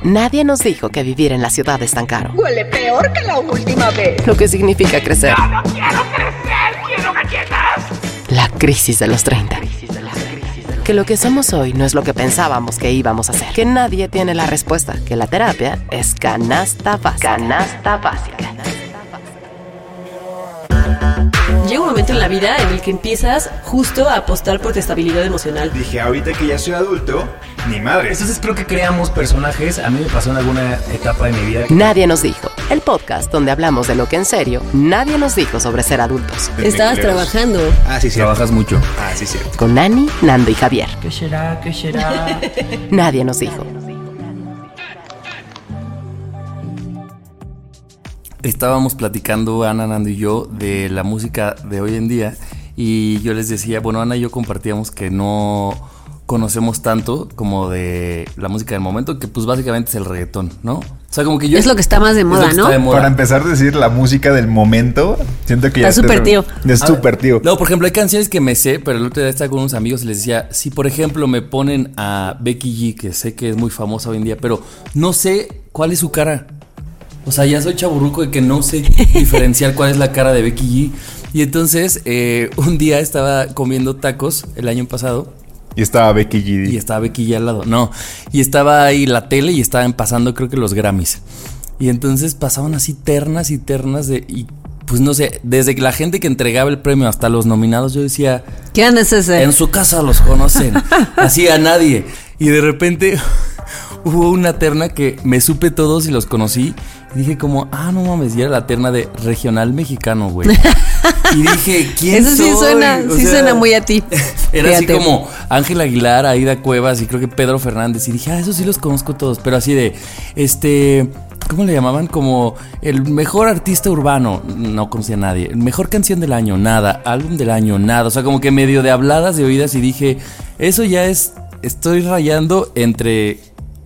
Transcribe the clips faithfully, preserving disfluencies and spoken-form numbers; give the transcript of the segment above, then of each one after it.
Nadie nos dijo que vivir en la ciudad es tan caro. Huele peor que la última vez. Lo que significa crecer. ¡No, no quiero crecer! ¡Quiero galletas! La crisis de los treinta. Que lo que somos hoy no es lo que pensábamos que íbamos a ser. Que nadie tiene la respuesta. Que la terapia es canasta básica. Canasta básica. Llega un momento en la vida en el que empiezas justo a apostar por tu estabilidad emocional. Dije, ahorita que ya soy adulto, ni madre. Entonces creo que creamos personajes. A mí me pasó en alguna etapa de mi vida. Nadie nos dijo. El podcast donde hablamos de lo que en serio nadie nos dijo sobre ser adultos. Estabas trabajando. Ah, sí, sí. Trabajas mucho. Ah, sí, cierto. Con Nani, Nando y Javier. ¿Qué será? ¿Qué será? Nadie nos dijo. Estábamos platicando, Ana, Nando y yo, de la música de hoy en día. Y yo les decía, bueno, Ana y yo compartíamos que no conocemos tanto como de la música del momento, que pues básicamente es el reggaetón, ¿no? O sea, como que yo... Es lo que está más de moda, ¿no? De moda. Para empezar a decir la música del momento, siento que ya está súper tío. Es súper tío. No, por ejemplo, hay canciones que me sé, pero el otro día estaba con unos amigos y les decía, si por ejemplo me ponen a Becky G, que sé que es muy famosa hoy en día, pero no sé cuál es su cara. O sea, ya soy chaburruco de que no sé diferenciar cuál es la cara de Becky G. Y entonces, eh, un día estaba comiendo tacos el año pasado. Y estaba Becky G. Y estaba Becky G al lado. No, y estaba ahí la tele y estaban pasando creo que los Grammys. Y entonces pasaban así ternas y ternas de... Y pues no sé, desde que la gente que entregaba el premio hasta los nominados, yo decía... ¿Quién es ese? En su casa los conocen. Así a nadie. Y de repente... Hubo una terna que me supe todos y los conocí. Y dije como, ah, no mames, y era la terna de regional mexicano, güey. Y dije, ¿quién Eso soy? sí suena, O sí sea, suena muy a ti. Era Fíjate. así como Ángel Aguilar, Aida Cuevas y creo que Pedro Fernández. Y dije, ah, eso sí los conozco todos. Pero así de, este... ¿Cómo le llamaban? Como el mejor artista urbano, no conocía a nadie. Mejor canción del año, nada. Álbum del año, nada. O sea, como que medio de habladas, de oídas. Y dije, eso ya es... Estoy rayando entre...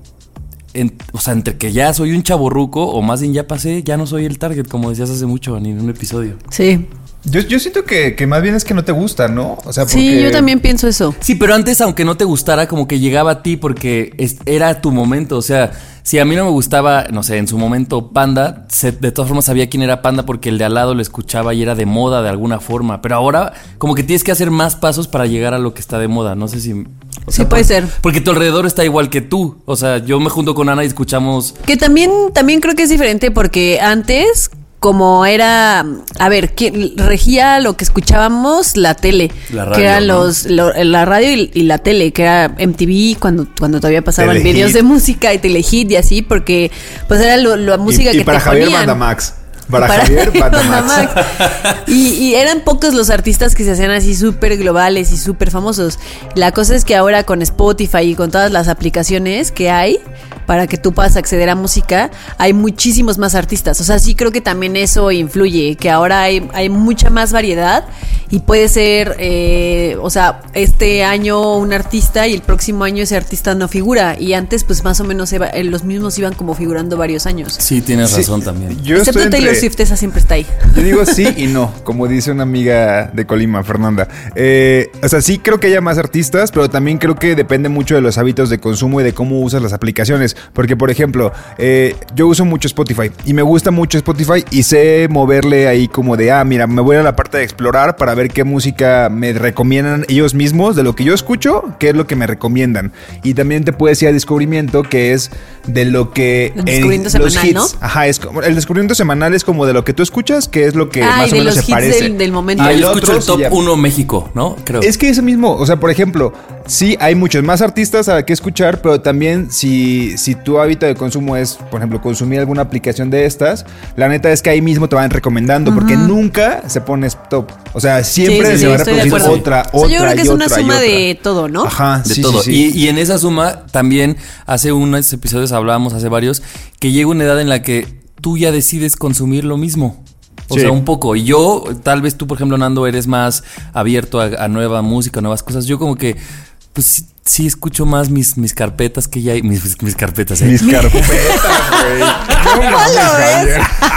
En, o sea, entre que ya soy un chavorruco o más bien ya pasé, ya no soy el target, como decías hace mucho en un episodio. Sí. Yo, yo siento que, que más bien es que no te gusta, ¿no? O sea, porque... Sí, yo también pienso eso. Sí, pero antes, aunque no te gustara, como que llegaba a ti porque es, era tu momento. O sea, si a mí no me gustaba, no sé, en su momento Panda, se, de todas formas sabía quién era Panda porque el de al lado lo escuchaba y era de moda de alguna forma. Pero ahora, como que tienes que hacer más pasos para llegar a lo que está de moda. No sé si... O Sí, sea, puede por, ser. Porque tu alrededor está igual que tú. O sea, yo me junto con Ana y escuchamos... Que también, también creo que es diferente porque antes, como era, a ver, que regía lo que escuchábamos, la tele, La radio, que eran ¿no? los, lo- la radio y, y la tele, que era M T V cuando, cuando todavía pasaban Telehit. videos de música y Telehit y así, porque pues era lo- la música y, y que para te Javier ponían. Bandamax. Para, Para Javier Bandamax. Bandamax. Y, y eran pocos los artistas que se hacían así súper globales y súper famosos. La cosa es que ahora con Spotify y con todas las aplicaciones que hay para que tú puedas acceder a música, hay muchísimos más artistas. O sea, sí creo que también eso influye, que ahora hay, hay mucha más variedad y puede ser, eh, o sea, este año un artista y el próximo año ese artista no figura. Y antes pues más o menos iba- eh, los mismos iban como figurando varios años. Sí, tienes Sí, razón también. Yo Excepto estoy Taylor entre- Swift, esa siempre está ahí. Yo digo sí y no, como dice una amiga de Colima, Fernanda. Eh, o sea, sí creo que haya más artistas, pero también creo que depende mucho de los hábitos de consumo y de cómo usas las aplicaciones. Porque, por ejemplo, eh, yo uso mucho Spotify y me gusta mucho Spotify y sé moverle ahí como de, ah, mira, me voy a la parte de explorar para ver qué música me recomiendan ellos mismos, de lo que yo escucho, qué es lo que me recomiendan. Y también te puedes ir a descubrimiento, que es de lo que... El descubrimiento los semanal, hits. ¿no? Ajá, es como, el descubrimiento semanal es como de lo que tú escuchas, que es lo que Ah, más y o de menos los se hits parece. del, del momento. Ah, Y yo el escucho otro el se top llama- uno México, ¿no? Creo. Es que es mismo, o sea, por ejemplo, sí hay muchos más artistas a que escuchar, pero también si, si tu hábito de consumo es, por ejemplo, consumir alguna aplicación de estas, la neta es que ahí mismo te van recomendando, porque nunca se pone top. O sea, siempre Sí, sí, se sí, va a estoy de reproducir acuerdo. otra, O sea, otra yo creo que y es una otra y suma otra. de todo, ¿no? Ajá, De sí, todo. sí, sí. Y, y en esa suma también hace unos episodios hablábamos, hace varios, que llega una edad en la que tú ya decides consumir lo mismo. O Sí. sea, un poco. Y yo, tal vez tú, por ejemplo, Nando, eres más abierto a, a nueva música, nuevas cosas. Yo como que, pues sí, sí escucho más mis, mis carpetas que ya hay. Mis, mis carpetas, ¿eh? Mis carpetas, güey. No mames, Javier.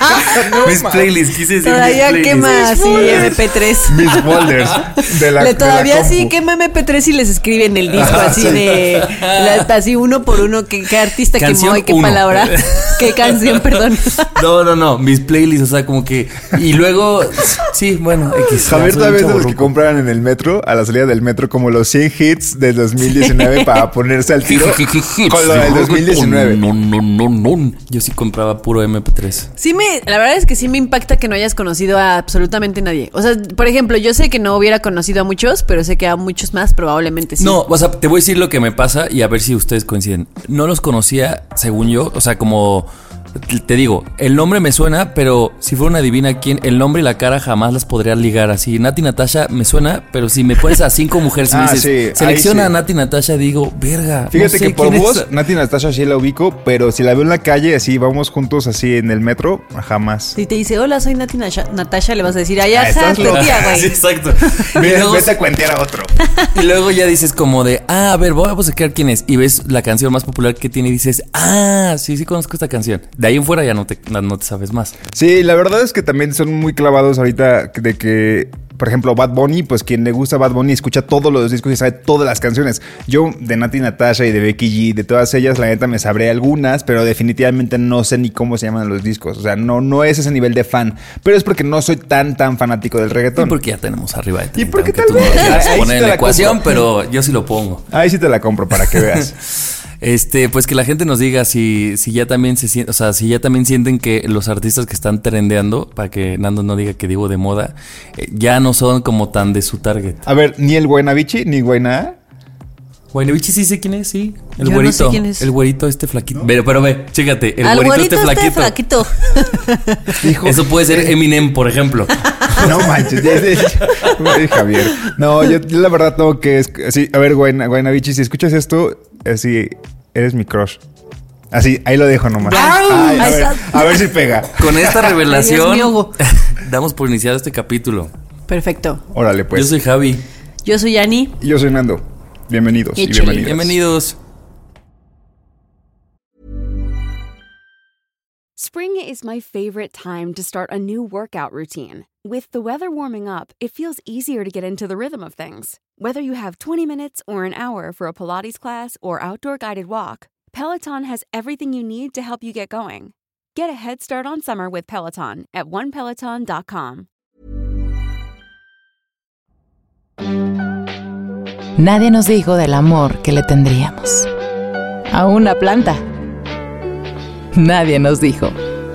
Mis playlists, quise decir Todavía mis quema playlists. así eme pe tres. Mis folders de la, Le todavía de la sí compu. quema eme pe tres y les escribe en el disco Ajá, así sí. de la- así uno por uno qué, qué artista Canción quemó y qué uno. palabra, qué canción, perdón. No, no, no, mis playlists, o sea, como que. Y luego. Sí, bueno, X. Javier soy todavía un es de los que chavorruco. compran en el metro, a la salida del metro, como los cien hits del dos mil diecinueve para ponerse al tiro con lo del dos mil diecinueve. No, no, no, no. Yo sí compraba puro eme pe tres. Sí me, la verdad es que sí me impacta que no hayas conocido a absolutamente nadie. O sea, por ejemplo, yo sé que no hubiera conocido a muchos, pero sé que a muchos más probablemente sí. No, o sea, te voy a decir lo que me pasa y a ver si ustedes coinciden. No los conocía, según yo, o sea, como te digo, el nombre me suena, pero si fuera una divina quién, el nombre y la cara jamás las podría ligar así. Nati Natasha me suena, pero si me pones a cinco mujeres y me Ah, dices, sí, selecciona ahí a sí. Nati Natasha, digo, verga. Fíjate no sé que por quién es. voz, Nati Natasha sí la ubico, pero si la veo en la calle, así, vamos juntos así en el metro, jamás. Si te dice, hola, soy Nati Nasha- Natasha, le vas a decir, ay, Ah, ajá, estás tu loca. tía, Sí, güey. exacto. Y Vete, luego, vete a cuentear a otro. y luego ya dices como de, ah, a ver, voy a buscar quién es. Y ves la canción más popular que tiene y dices, ah, sí, sí conozco esta canción. De ahí en fuera ya no te, no, no te sabes más. Sí, la verdad es que también son muy clavados ahorita de que, por ejemplo, Bad Bunny, pues quien le gusta Bad Bunny escucha todos los discos y sabe todas las canciones. Yo de Nati Natasha y de Becky G, de todas ellas, la neta me sabré algunas, pero definitivamente no sé ni cómo se llaman los discos. O sea, no, no es ese nivel de fan, pero es porque no soy tan, tan fanático del Y reggaetón. porque ya tenemos arriba de treinta. ¿Y por qué aunque tal tú no lo vez? quieras Ahí sí poner te en la la ecuación, compro. pero yo sí lo pongo. Ahí sí te la compro para que veas. Este, pues que la gente nos diga si, si ya también se sienten, o sea, si ya también sienten que los artistas que están trendeando, para que Nando no diga que digo de moda, eh, ya no son como tan de su target. A ver, ni el Guaynabichi, ni Guayna. Guaynevichi sí sé quién es, sí. El Yo no güerito. sé quién es. El güerito este flaquito. Pero, pero ve, chécate, el Al güerito, güerito este este flaquito. flaquito. Hijo. Eso puede ser Eminem, por ejemplo. No manches, ya, ya, ya. Ay, Javier. No, yo, yo la verdad tengo que... es- Así, a ver, Guayna, Guaynabichi, si escuchas esto, así, eres mi crush. Así, ahí lo dejo nomás. Ay, Ay, a, ahí ver, está. a ver si pega. Con esta Ay, revelación, Dios mío. damos por iniciado este capítulo. Perfecto. Órale, pues. Yo soy Javi. Yo soy Ani. Y yo soy Nando. Bienvenidos y Échale. bienvenidas. Bienvenidos. Spring is my favorite time to start a new workout routine. With the weather warming up, it feels easier to get into the rhythm of things. Whether you have twenty minutes or an hour for a Pilates class or outdoor guided walk, Peloton has everything you need to help you get going. Get a head start on summer with Peloton at one peloton dot com. Nadie nos dijo del amor que le tendríamos a una planta. Nadie nos dijo.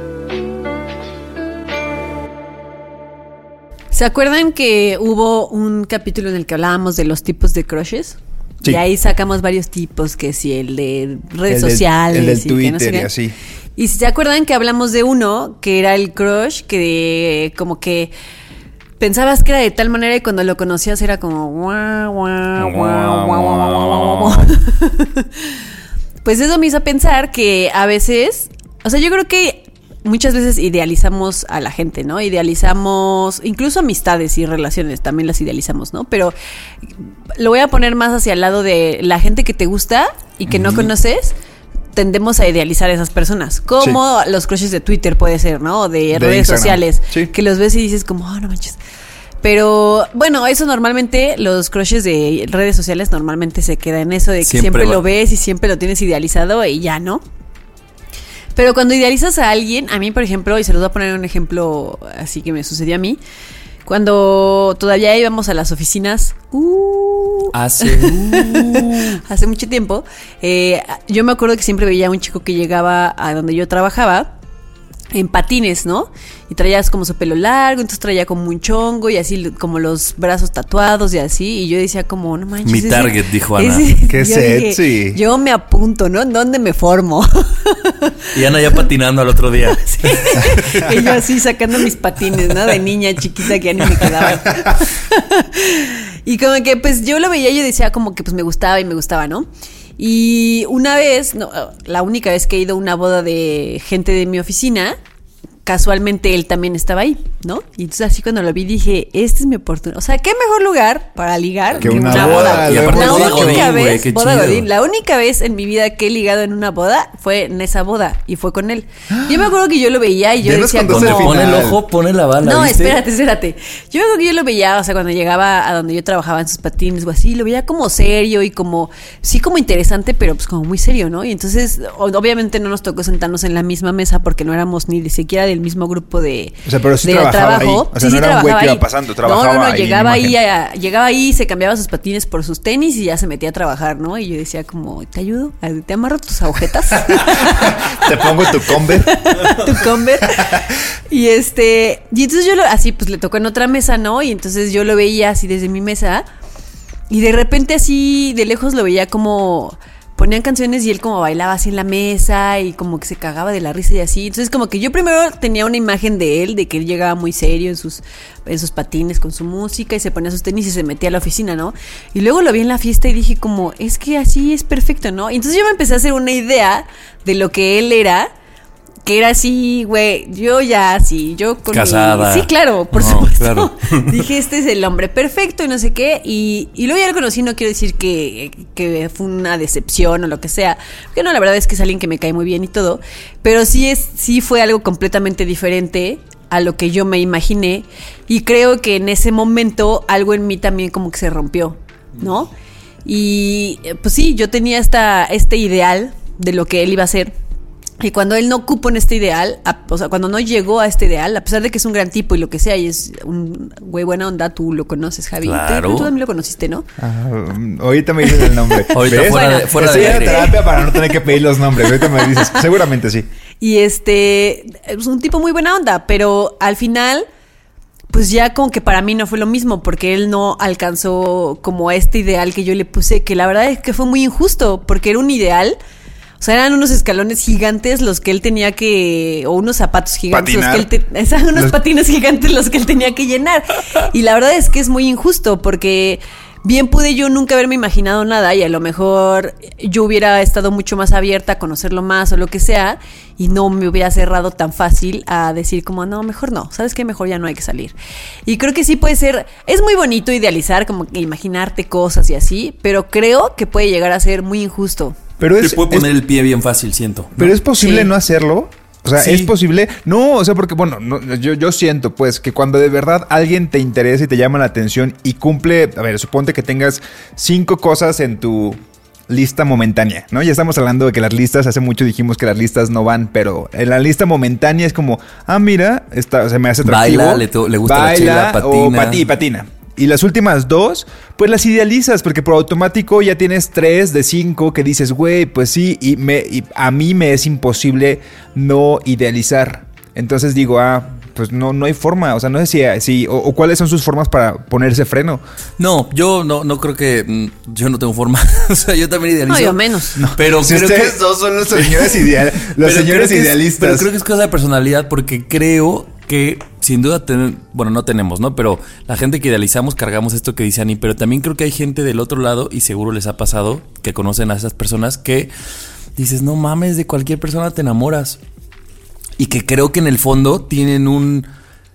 ¿Se acuerdan que hubo un capítulo en el que hablábamos de los tipos de crushes? Sí. Y ahí sacamos varios tipos, que si el de redes El del- sociales. el del y que Twitter no sé y qué. así. Y si se acuerdan que hablamos de uno, que era el crush, que como que pensabas que era de tal manera y cuando lo conocías era como... guau, guau, guau, guau, guau, guau, guau. Pues eso me hizo pensar que a veces... O sea, yo creo que muchas veces idealizamos a la gente, ¿no? Idealizamos incluso amistades y relaciones, también las idealizamos, ¿no? Pero lo voy a poner más hacia el lado de la gente que te gusta y que no conoces. Tendemos a idealizar a esas personas. Como los crushes de Twitter puede ser, ¿no? O de, De redes Instagram. sociales. Sí. Que los ves y dices como, oh, no manches. Pero bueno, eso normalmente, los crushes de redes sociales normalmente se queda en eso de que Siempre siempre, va- lo ves y siempre lo tienes idealizado y ya, ¿no? Pero cuando idealizas a alguien, a mí, por ejemplo, y se los voy a poner un ejemplo así que me sucedió a mí, cuando todavía íbamos a las oficinas, uh, Hace. uh, hace mucho tiempo, eh, yo me acuerdo que siempre veía a un chico que llegaba a donde yo trabajaba en patines, ¿no? Y traías como su pelo largo, entonces traía como un chongo y así como los brazos tatuados y así. Y yo decía como, no manches. Mi ese- target, dijo Ana. ese- Qué yo dije, sexy. yo me apunto, ¿no? ¿En dónde me formo? y Ana ya patinando al otro día. Sí. Y yo así sacando mis patines, ¿no? De niña chiquita que ya ni me quedaban. Y como que pues yo lo veía y yo decía como que pues me gustaba y me gustaba, ¿no? Y una vez, no, la única vez que he ido a una boda de gente de mi oficina, casualmente él también estaba ahí, ¿no? Y entonces así cuando lo vi dije, esta es mi oportunidad. O sea, ¿qué mejor lugar para ligar que que una, una boda? boda? Y aparte La boda única Godín, vez, güey, qué boda chido. Godín, la única vez en mi vida que he ligado en una boda fue en esa boda y fue con él. Yo me acuerdo que yo lo veía y yo Ya nos decía contaste como... Donde el pone el final. ojo, pone la bala. No, ¿viste? espérate, espérate. Yo me acuerdo que yo lo veía, o sea, cuando llegaba a donde yo trabajaba en sus patines o así, lo veía como serio y como, sí, como interesante, pero pues como muy serio, ¿no? Y entonces, o- obviamente no nos tocó sentarnos en la misma mesa porque no éramos ni siquiera del mismo grupo de, O sea, pero sí de trabajaba ahí. O sea, no era un güey trabajaba que iba ahí. pasando, trabajaba No, no, no, ahí, llegaba me ahí, imagino. a- llegaba ahí, se cambiaba sus patines por sus tenis y ya se metía a trabajar, ¿no? Y yo decía como, ¿te ayudo? ¿Te amarro tus agujetas? Te pongo tu Converse. tu Converse. Y este, y entonces yo lo, así pues le tocó en otra mesa, ¿no? Y entonces yo lo veía así desde mi mesa y de repente así de lejos lo veía como ponían canciones y él como bailaba así en la mesa y como que se cagaba de la risa y así. Entonces como que yo primero tenía una imagen de él, de que él llegaba muy serio en sus, en sus patines con su música y se ponía sus tenis y se metía a la oficina, ¿no? Y luego lo vi en la fiesta y dije como, es que así es perfecto, ¿no? Y entonces yo me empecé a hacer una idea de lo que él era. Que era así, güey, yo ya así, yo con Casada. mi... Sí, claro, por No, supuesto. claro. Dije, este es el hombre perfecto y no sé qué. Y, y luego ya lo conocí, no quiero decir que, que fue una decepción o lo que sea. Porque no, la verdad es que es alguien que me cae muy bien y todo. Pero sí, es, sí fue algo completamente diferente a lo que yo me imaginé. Y creo que en ese momento algo en mí también como que se rompió, ¿no? Y pues sí, yo tenía esta, este ideal de lo que él iba a hacer. Y cuando él no cupo en este ideal, a, o sea, cuando no llegó a este ideal, a pesar de que es un gran tipo y lo que sea, y es un güey buena onda, tú lo conoces, Javi. Claro. Tú, tú también lo conociste, ¿no? Ah, ahorita me dices el nombre. Ahorita ¿Ves? fuera de- Bueno, fuera estoy de en aire. terapia para no tener que pedir los nombres. Ahorita me dices. Seguramente sí. Y este, es un tipo muy buena onda, pero al final, pues ya como que para mí no fue lo mismo, porque él no alcanzó como este ideal que yo le puse, que la verdad es que fue muy injusto, porque era un ideal. O sea, eran unos escalones gigantes los que él tenía que... O unos zapatos gigantes Patinar. los que él... Te, eran unos Los- patines gigantes los que él tenía que llenar. Y la verdad es que es muy injusto porque... Bien pude yo nunca haberme imaginado nada y a lo mejor yo hubiera estado mucho más abierta a conocerlo más o lo que sea y no me hubiera cerrado tan fácil a decir como, no, mejor no, ¿sabes qué? Mejor ya no hay que salir. Y creo que sí puede ser, es muy bonito idealizar, como que imaginarte cosas y así, pero creo que puede llegar a ser muy injusto. Pero Te es, puede es- poner el pie bien fácil, siento. pero es posible Sí. no hacerlo. O sea, Sí. es posible. No, o sea, porque, bueno, no, yo, yo siento, pues, que cuando de verdad alguien te interesa y te llama la atención y cumple, a ver, suponte que tengas cinco cosas en tu lista momentánea, ¿no? Ya estamos hablando de que las listas, hace mucho dijimos que las listas no van, pero en la lista momentánea es como, ah, mira, está, se me hace atractivo. Baila, le to- le gusta la Baila, chela, o patina. pati- patina. Y las últimas dos, pues las idealizas, porque por automático ya tienes tres de cinco que dices, güey, pues sí, y, me, y a mí me es imposible no idealizar. Entonces digo, ah, pues no, no hay forma, o sea, no sé si, si o, o cuáles son sus formas para ponerse freno. No, yo no, no creo que... mm, Yo no tengo forma. O sea, yo también idealizo. No, yo menos. Pero Si creo ustedes que... dos son los señores, ideal, los Pero señores creo que es- idealistas. pero creo que es cosa de personalidad porque creo que sin duda ten- bueno, no tenemos, ¿no? Pero la gente que idealizamos cargamos esto que dice Ani, pero también creo que hay gente del otro lado y seguro les ha pasado que conocen a esas personas que dices, no mames, de cualquier persona te enamoras. Y que creo que en el fondo tienen un...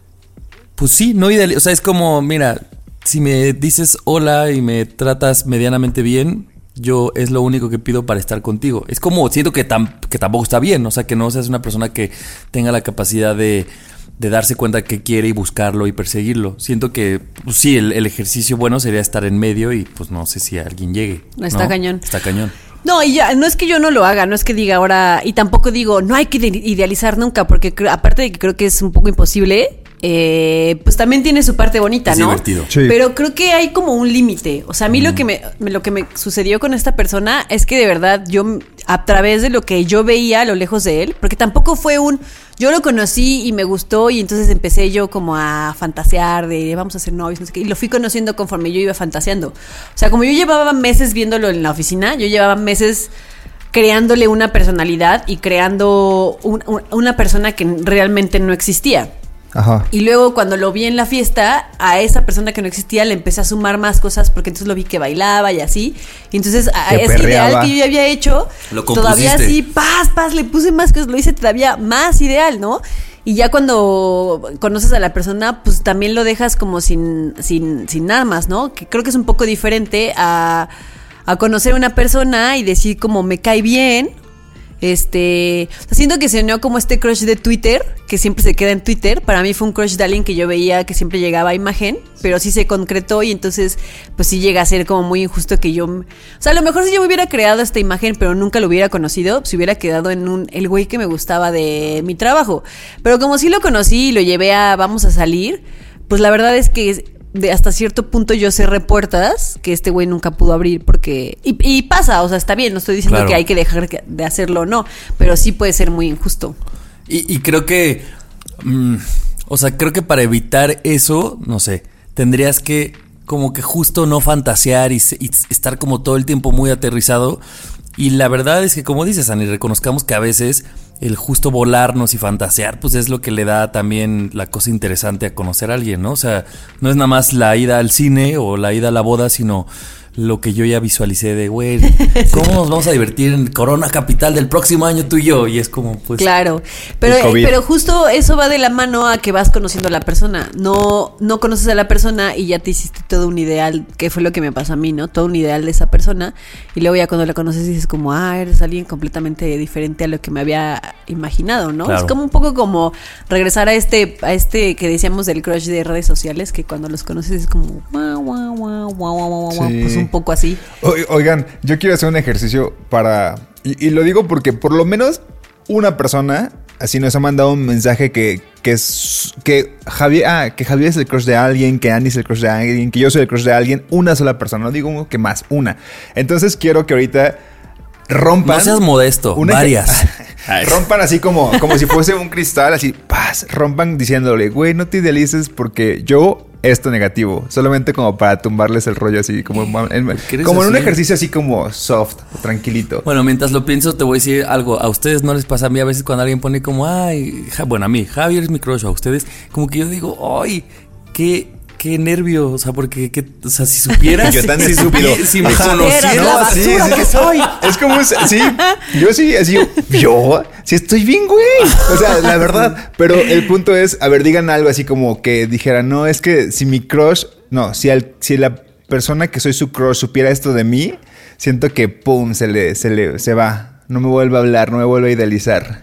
Pues sí, no ideal, o sea, es como, mira, si me dices hola y me tratas medianamente bien, yo es lo único que pido para estar contigo. Es como, siento que, tam- que tampoco está bien, o sea, que no seas una persona que tenga la capacidad de, de darse cuenta que quiere y buscarlo y perseguirlo. Siento que, pues sí, el, el ejercicio bueno sería estar en medio y pues no sé si alguien llegue. Está ¿no? cañón. Está cañón. No, y ya, no es que yo no lo haga, no es que diga ahora, y tampoco digo, no hay que ide- idealizar nunca, porque creo- aparte de que creo que es un poco imposible, eh, pues también tiene su parte bonita, Es ¿no? divertido. Sí. Pero creo que hay como un límite. O sea, a mí lo que me, me- lo que me sucedió con esta persona es que de verdad yo, a través de lo que yo veía a lo lejos de él, porque tampoco fue un, yo lo conocí y me gustó y entonces empecé yo como a fantasear de vamos a ser novios, no sé qué, y lo fui conociendo conforme yo iba fantaseando. O sea, como yo llevaba meses viéndolo en la oficina, yo llevaba meses creándole una personalidad y creando un- un- una persona que realmente no existía. Ajá. Y luego cuando lo vi en la fiesta, a esa persona que no existía le empecé a sumar más cosas porque entonces lo vi que bailaba y así. Y entonces a Que ese perreaba. ideal que yo ya había hecho, Lo todavía compusiste. así, paz, paz, le puse más cosas, lo hice todavía más ideal, ¿no? Y ya cuando conoces a la persona, pues también lo dejas como sin, sin, sin nada más, ¿no? Que creo que es un poco diferente a, a conocer a una persona y decir como me cae bien. Este, o sea, siento que se unió como este crush de Twitter, que siempre se queda en Twitter. Para mí fue un crush de alguien que yo veía que siempre llegaba a imagen, pero sí se concretó y entonces pues sí llega a ser como muy injusto que yo... O sea, a lo mejor si yo me hubiera creado esta imagen, pero nunca lo hubiera conocido, se hubiera quedado en un el güey que me gustaba de mi trabajo. Pero como sí lo conocí y lo llevé a vamos a salir, pues la verdad es que... de hasta cierto punto yo cerré puertas que este güey nunca pudo abrir porque... Y, y pasa, o sea, está bien, no estoy diciendo Claro. que hay que dejar de hacerlo o no, pero sí puede ser muy injusto. Y, y creo que, mm, o sea, creo que para evitar eso, no sé, tendrías que como que justo no fantasear y, se- y estar como todo el tiempo muy aterrizado. Y la verdad es que, como dices, Ani, reconozcamos que a veces el justo volarnos y fantasear, pues es lo que le da también la cosa interesante a conocer a alguien, ¿no? O sea, no es nada más la ida al cine o la ida a la boda, sino lo que yo ya visualicé de, güey, ¿cómo nos vamos a divertir en Corona Capital del próximo año tú y yo? Y es como, pues... Claro, pero, el COVID. pero justo eso va de la mano a que vas conociendo a la persona. No, no conoces a la persona y ya te hiciste todo un ideal, que fue lo que me pasó a mí, ¿no? Todo un ideal de esa persona. Y luego ya cuando la conoces dices como, ah, eres alguien completamente diferente a lo que me había imaginado, ¿no? Claro. Es como un poco como regresar a este, a este que decíamos del crush de redes sociales, que cuando los conoces es como, guau, guau, guau, guau, guau, guau, Sí. pues un poco así. O- Oigan, yo quiero hacer un ejercicio para... Y, y lo digo porque por lo menos una persona así nos ha mandado un mensaje que, que es... Que Javier, ah, que Javier es el crush de alguien, que Andy es el crush de alguien, que yo soy el crush de alguien. Una sola persona, no digo que más, una. Entonces quiero que ahorita rompan... No seas modesto, una- varias. rompan así como, como si fuese un cristal, así, paz, rompan diciéndole, güey, no te idealices porque yo esto negativo, solamente como para tumbarles el rollo así, como, en, qué eres como en un así? ejercicio así como soft, tranquilito. Bueno, mientras lo pienso, te voy a decir algo. A ustedes no les pasa, a mí a veces cuando alguien pone como, ay, ja- bueno, a mí, Javier es mi crush, a ustedes, como que yo digo, ay, qué, qué nervio, o sea, porque, qué, o sea, si supieras, Yo tan si, estúpido. supi- si me Ajá. conocieras, Era la No, sí, basura sí, que sí. soy. Es como, un- sí, yo sí, así, yo, sí estoy bien, güey. O sea, la verdad. Pero el punto es, a ver, digan algo así como que dijeran, no, es que si mi crush, no, si, al, si la persona que soy su crush supiera esto de mí, siento que, pum, se le, se le, se va. No me vuelve a hablar, no me vuelve a idealizar.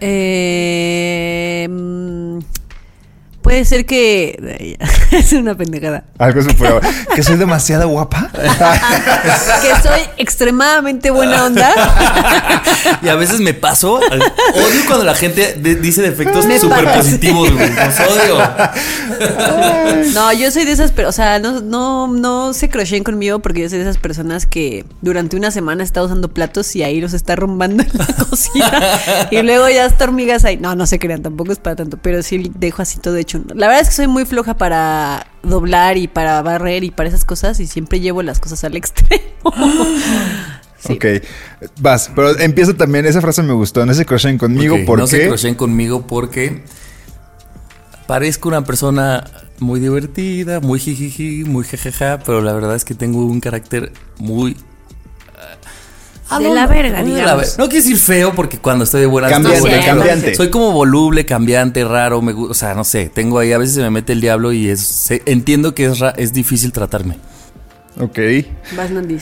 Eh, mm, puede ser que... es una pendejada. Algo súper... ¿Que soy demasiado guapa? Que soy extremadamente buena onda. y a veces me paso, odio cuando la gente de- dice defectos Me súper pasa. positivos, güey, los odio. No, yo soy de esas, pero, o sea, no, no, no se crocheen conmigo porque yo soy de esas personas que durante una semana está usando platos y ahí los está rumbando en la cocina y luego ya está hormigas ahí. No, no se crean, tampoco es para tanto, pero sí dejo así todo hecho. La verdad es que soy muy floja para doblar y para barrer y para esas cosas y siempre llevo las cosas al extremo. Sí. Ok, vas, pero empieza también, esa frase me gustó, no se crocheen conmigo Ok, porque... no se crocheen conmigo porque parezco una persona muy divertida, muy jijiji, muy jajaja, pero la verdad es que tengo un carácter muy... ah, De no, la no, verga, muy de digamos. ver- No quiero decir feo porque cuando estoy de buenas Cambiante, estoy de buenas, pero cambiante. soy como voluble, cambiante, raro, me gu- o sea, no sé, tengo ahí, a veces se me mete el diablo y es sé- entiendo que es, ra- es difícil tratarme. Ok. Vas, Nandis.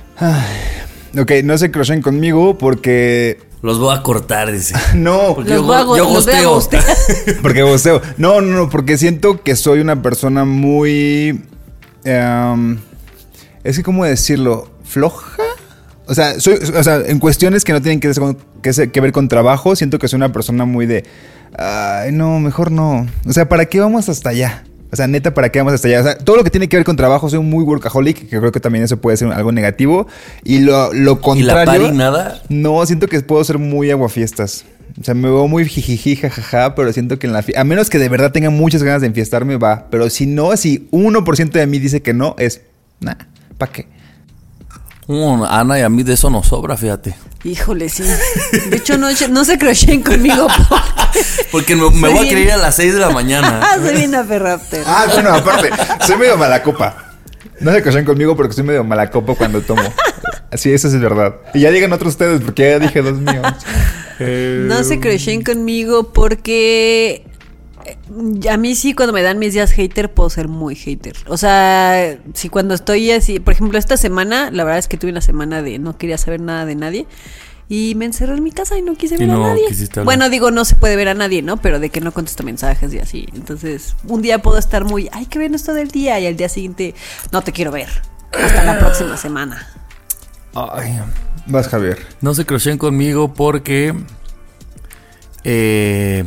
Ok, no se crocheen conmigo porque... Los voy a cortar, dice. No, Porque Los yo, voy a go- go- yo los voy a gosteo. gostear. porque bosteo. No, no, no, porque siento que soy una persona muy... em, es que, ¿cómo decirlo? ¿Floja? O sea, soy, o sea, en cuestiones que no tienen que, ser- que, ser- que ver con trabajo, siento que soy una persona muy de... Ay, no, mejor no. O sea, ¿para qué vamos hasta allá? O sea, neta, ¿para qué vamos hasta allá? O sea, todo lo que tiene que ver con trabajo, soy muy workaholic, que creo que también eso puede ser algo negativo. Y lo, lo Y la contrario... pari nada. No, siento que puedo ser muy aguafiestas. O sea, me veo muy jijiji, jajaja, pero siento que en la fiesta... A menos que de verdad tenga muchas ganas de enfiestarme, va. Pero si no, si uno por ciento de mí dice que no, es... Nah, ¿para qué? Mm, Ana, y a mí de eso no sobra, fíjate. Híjole, sí. De hecho, no, no se crocheen conmigo porque Porque me, me Soy voy a bien- creer a las seis de la mañana. soy bien aferrapter. Ah, bueno, aparte, soy medio mala copa. No se cochen conmigo porque soy medio mala copa cuando tomo. Sí, eso es verdad. Y ya digan otros ustedes porque ya dije dos míos. No se crocheen conmigo porque A mí sí, cuando me dan mis días hater, puedo ser muy hater. O sea, si cuando estoy así, por ejemplo, esta semana, la verdad es que tuve una semana de no quería saber nada de nadie. Y me encerré en mi casa y no quise ver no a nadie. Bueno, digo, no se puede ver a nadie, ¿no? Pero de que no contesto mensajes y así. Entonces, un día puedo estar muy, ay, qué bien esto del día. Y al día siguiente, no te quiero ver. Hasta la próxima semana. Ay, vas, Javier. No se crocheen conmigo porque... Eh...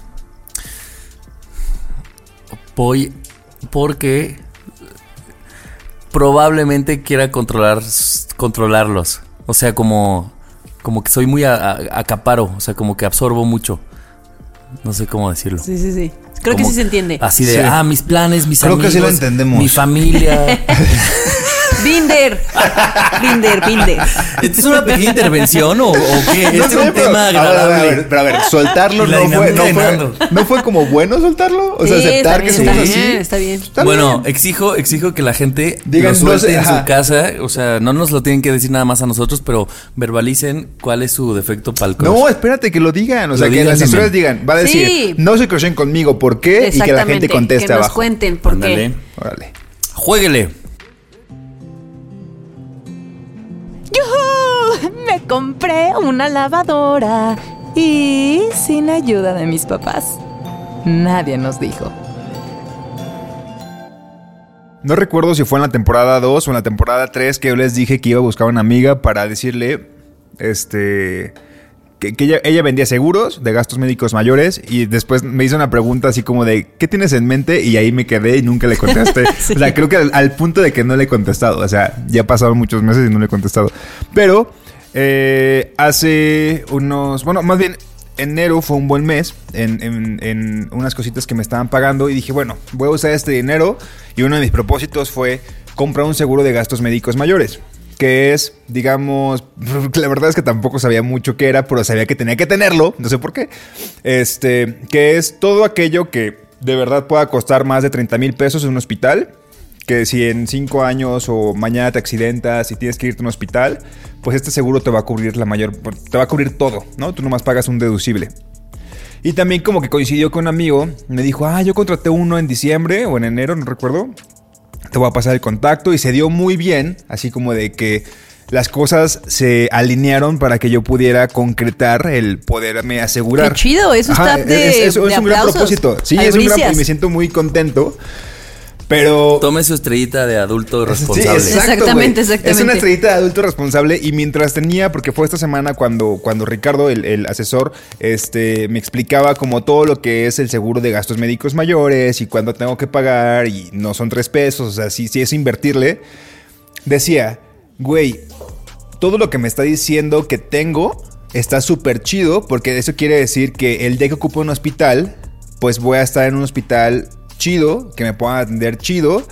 Voy porque probablemente quiera controlar controlarlos. O sea, como como que soy muy a, a, acaparo, o sea, como que absorbo mucho. No sé cómo decirlo. Sí, sí, sí. Creo como que sí se entiende. Así de, sí. ah, mis planes, mis Creo amigos. Creo que sí lo entendemos. Mi familia. Binder. Binder, Binder. ¿Esto es una pequeña intervención o, o qué? No Este sé, es un pero, tema a ver, agradable. a ver, pero a ver, soltarlo Y la no fue, dinámica no, de fue, Nando. no fue como bueno soltarlo. O sea, Sí, aceptar que está somos bien, así. Está bien, está Está Bueno, bien. exijo, exijo que la gente Digan, lo suelte no sé, en ajá. su casa. O sea, no nos lo tienen que decir nada más a nosotros, pero verbalicen cuál es su defecto para el crush. No, espérate que lo digan. O sea, Lo que en digan las historias también. digan, va a decir, Sí. no se crocheen conmigo, ¿por qué? Y que la gente conteste que nos abajo. cuenten por Ándale. qué. Órale. Juéguele. ¡Yujú! Me compré una lavadora y sin ayuda de mis papás. Nadie nos dijo. No recuerdo si fue en la temporada dos o en la temporada tres que yo les dije que iba a buscar una amiga para decirle, este, que, que ella, ella vendía seguros de gastos médicos mayores y después me hizo una pregunta así como de, ¿qué tienes en mente? Y ahí me quedé y nunca le contesté. Sí. O sea, creo que al, al punto de que no le he contestado. O sea, ya pasaron muchos meses y no le he contestado. Pero eh, hace unos, bueno, más bien... enero fue un buen mes en, en, en unas cositas que me estaban pagando y dije, bueno, voy a usar este dinero y uno de mis propósitos fue comprar un seguro de gastos médicos mayores, que es, digamos, la verdad es que tampoco sabía mucho qué era, pero sabía que tenía que tenerlo, no sé por qué, este, que es todo aquello que de verdad pueda costar más de treinta mil pesos en un hospital. Que si en cinco años o mañana te accidentas y tienes que irte a un hospital, pues este seguro te va a cubrir la mayor, te va a cubrir todo, ¿no? Tú nomás pagas un deducible. Y también como que coincidió con un amigo, me dijo, ah, yo contraté uno en diciembre o en enero, no recuerdo. Te voy a pasar el contacto y se dio muy bien, así como de que las cosas se alinearon para que yo pudiera concretar el poderme asegurar. Qué chido, eso está de, es, es, es, de es un gran propósito. Sí, es un gran, y me siento muy contento. Pero tome su estrellita de adulto responsable. Sí, exacto, exactamente, exactamente. Es una estrellita de adulto responsable. Y mientras tenía, porque fue esta semana cuando, cuando Ricardo, el, el asesor, este, me explicaba como todo lo que es el seguro de gastos médicos mayores y cuándo tengo que pagar y no son tres pesos, o sea, sí, sí es invertirle. Decía, güey, todo lo que me está diciendo que tengo está súper chido, porque eso quiere decir que el día que ocupo un hospital, pues voy a estar en un hospital chido, que me puedan atender chido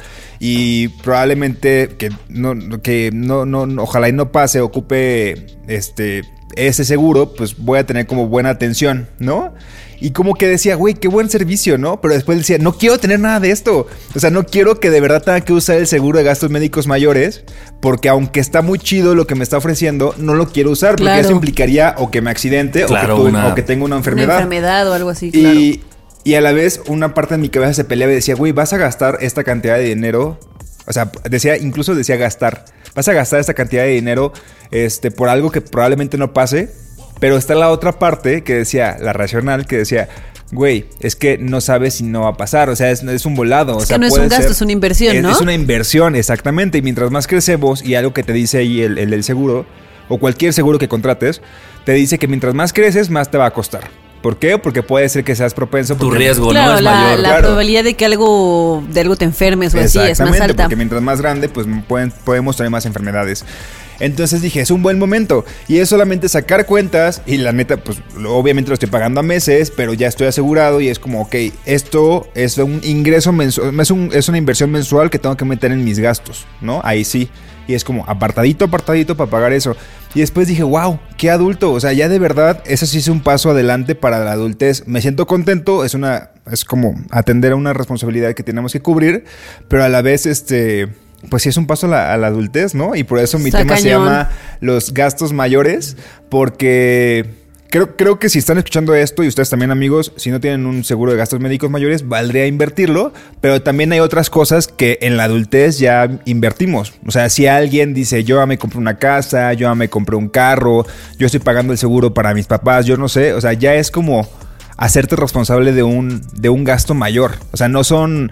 y probablemente que no, que no, no, no, ojalá y no pase, ocupe este, ese seguro, pues voy a tener como buena atención, ¿no? Y como que decía, güey, qué buen servicio, ¿no? Pero después decía, no quiero tener nada de esto. O sea, no quiero que de verdad tenga que usar el seguro de gastos médicos mayores, porque aunque está muy chido lo que me está ofreciendo, no lo quiero usar, porque claro. eso implicaría o que me accidente claro, o, que tuve, una, o que tenga una enfermedad. Una enfermedad o algo así, claro. Y, y a la vez una parte de mi cabeza se peleaba y decía, güey, vas a gastar esta cantidad de dinero. O sea, decía, incluso decía gastar. Vas a gastar esta cantidad de dinero este, por algo que probablemente no pase. Pero está la otra parte que decía, la racional, que decía, güey, es que no sabes si no va a pasar. O sea, es, es un volado. Es o sea, que no es puede un gasto, ser, es una inversión, ¿no? Es, es una inversión, exactamente. Y mientras más crecemos, y algo que te dice ahí el, el, el seguro, o cualquier seguro que contrates, te dice que mientras más creces, más te va a costar. ¿Por qué? Porque puede ser que seas propenso. Tu riesgo, claro, ¿no? Es la, mayor. La claro. probabilidad de que algo, de algo te enfermes o así es más alta. Porque mientras más grande, pues pueden, podemos tener más enfermedades. Entonces dije, es un buen momento. Y es solamente sacar cuentas. Y la neta, pues obviamente lo estoy pagando a meses, pero ya estoy asegurado. Y es como, ok, esto es un ingreso mensual, es, un, es una inversión mensual que tengo que meter en mis gastos, ¿no? Ahí sí. Y es como apartadito, apartadito para pagar eso. Y después dije, wow, qué adulto. O sea, ya de verdad, eso sí es un paso adelante para la adultez. Me siento contento. Es una, es como atender a una responsabilidad que tenemos que cubrir. Pero a la vez, este, pues sí es un paso a la, a la adultez, ¿no? Y por eso mi Está tema cañón. se llama los gastos mayores. Porque creo, creo que si están escuchando esto, y ustedes también, amigos, si no tienen un seguro de gastos médicos mayores, valdría invertirlo, pero también hay otras cosas que en la adultez ya invertimos. O sea, si alguien dice, yo ya me compré una casa, yo ya me compré un carro, yo estoy pagando el seguro para mis papás, yo no sé, o sea, ya es como hacerte responsable de un, de un gasto mayor. O sea, no son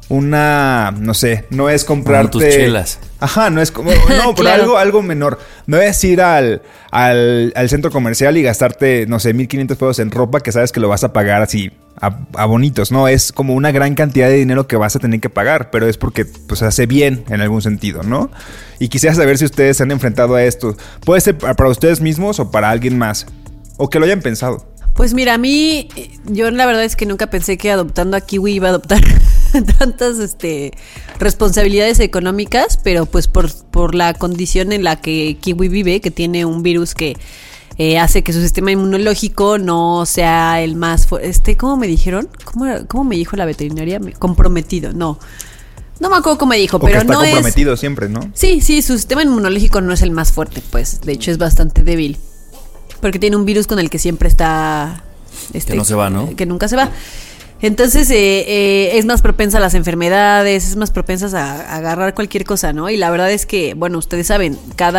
una, no sé, no es comprarte... Como tus chelas. Ajá, no es como... No, pero claro. algo, algo menor. No es ir al, al, al centro comercial y gastarte, no sé, mil quinientos pesos en ropa que sabes que lo vas a pagar así a, a bonitos, ¿no? Es como una gran cantidad de dinero que vas a tener que pagar, pero es porque pues hace bien en algún sentido, ¿no? Y quisiera saber si ustedes se han enfrentado a esto. Puede ser para ustedes mismos o para alguien más. O que lo hayan pensado. Pues mira, a mí, yo la verdad es que nunca pensé que adoptando a Kiwi iba a adoptar tantas este, responsabilidades económicas, pero pues por, por la condición en la que Kiwi vive, que tiene un virus que eh, hace que su sistema inmunológico no sea el más fuerte. Este, ¿cómo me dijeron? ¿Cómo, cómo me dijo la veterinaria? Comprometido, no. No me acuerdo cómo me dijo, o pero que está no comprometido es... siempre, ¿no? Sí, sí, su sistema inmunológico no es el más fuerte, pues. De hecho, es bastante débil. Porque tiene un virus con el que siempre está... Este, que no se va, ¿no? Que nunca se va. Entonces eh, eh, es más propensa a las enfermedades, es más propensa a, a agarrar cualquier cosa, ¿no? Y la verdad es que, bueno, ustedes saben,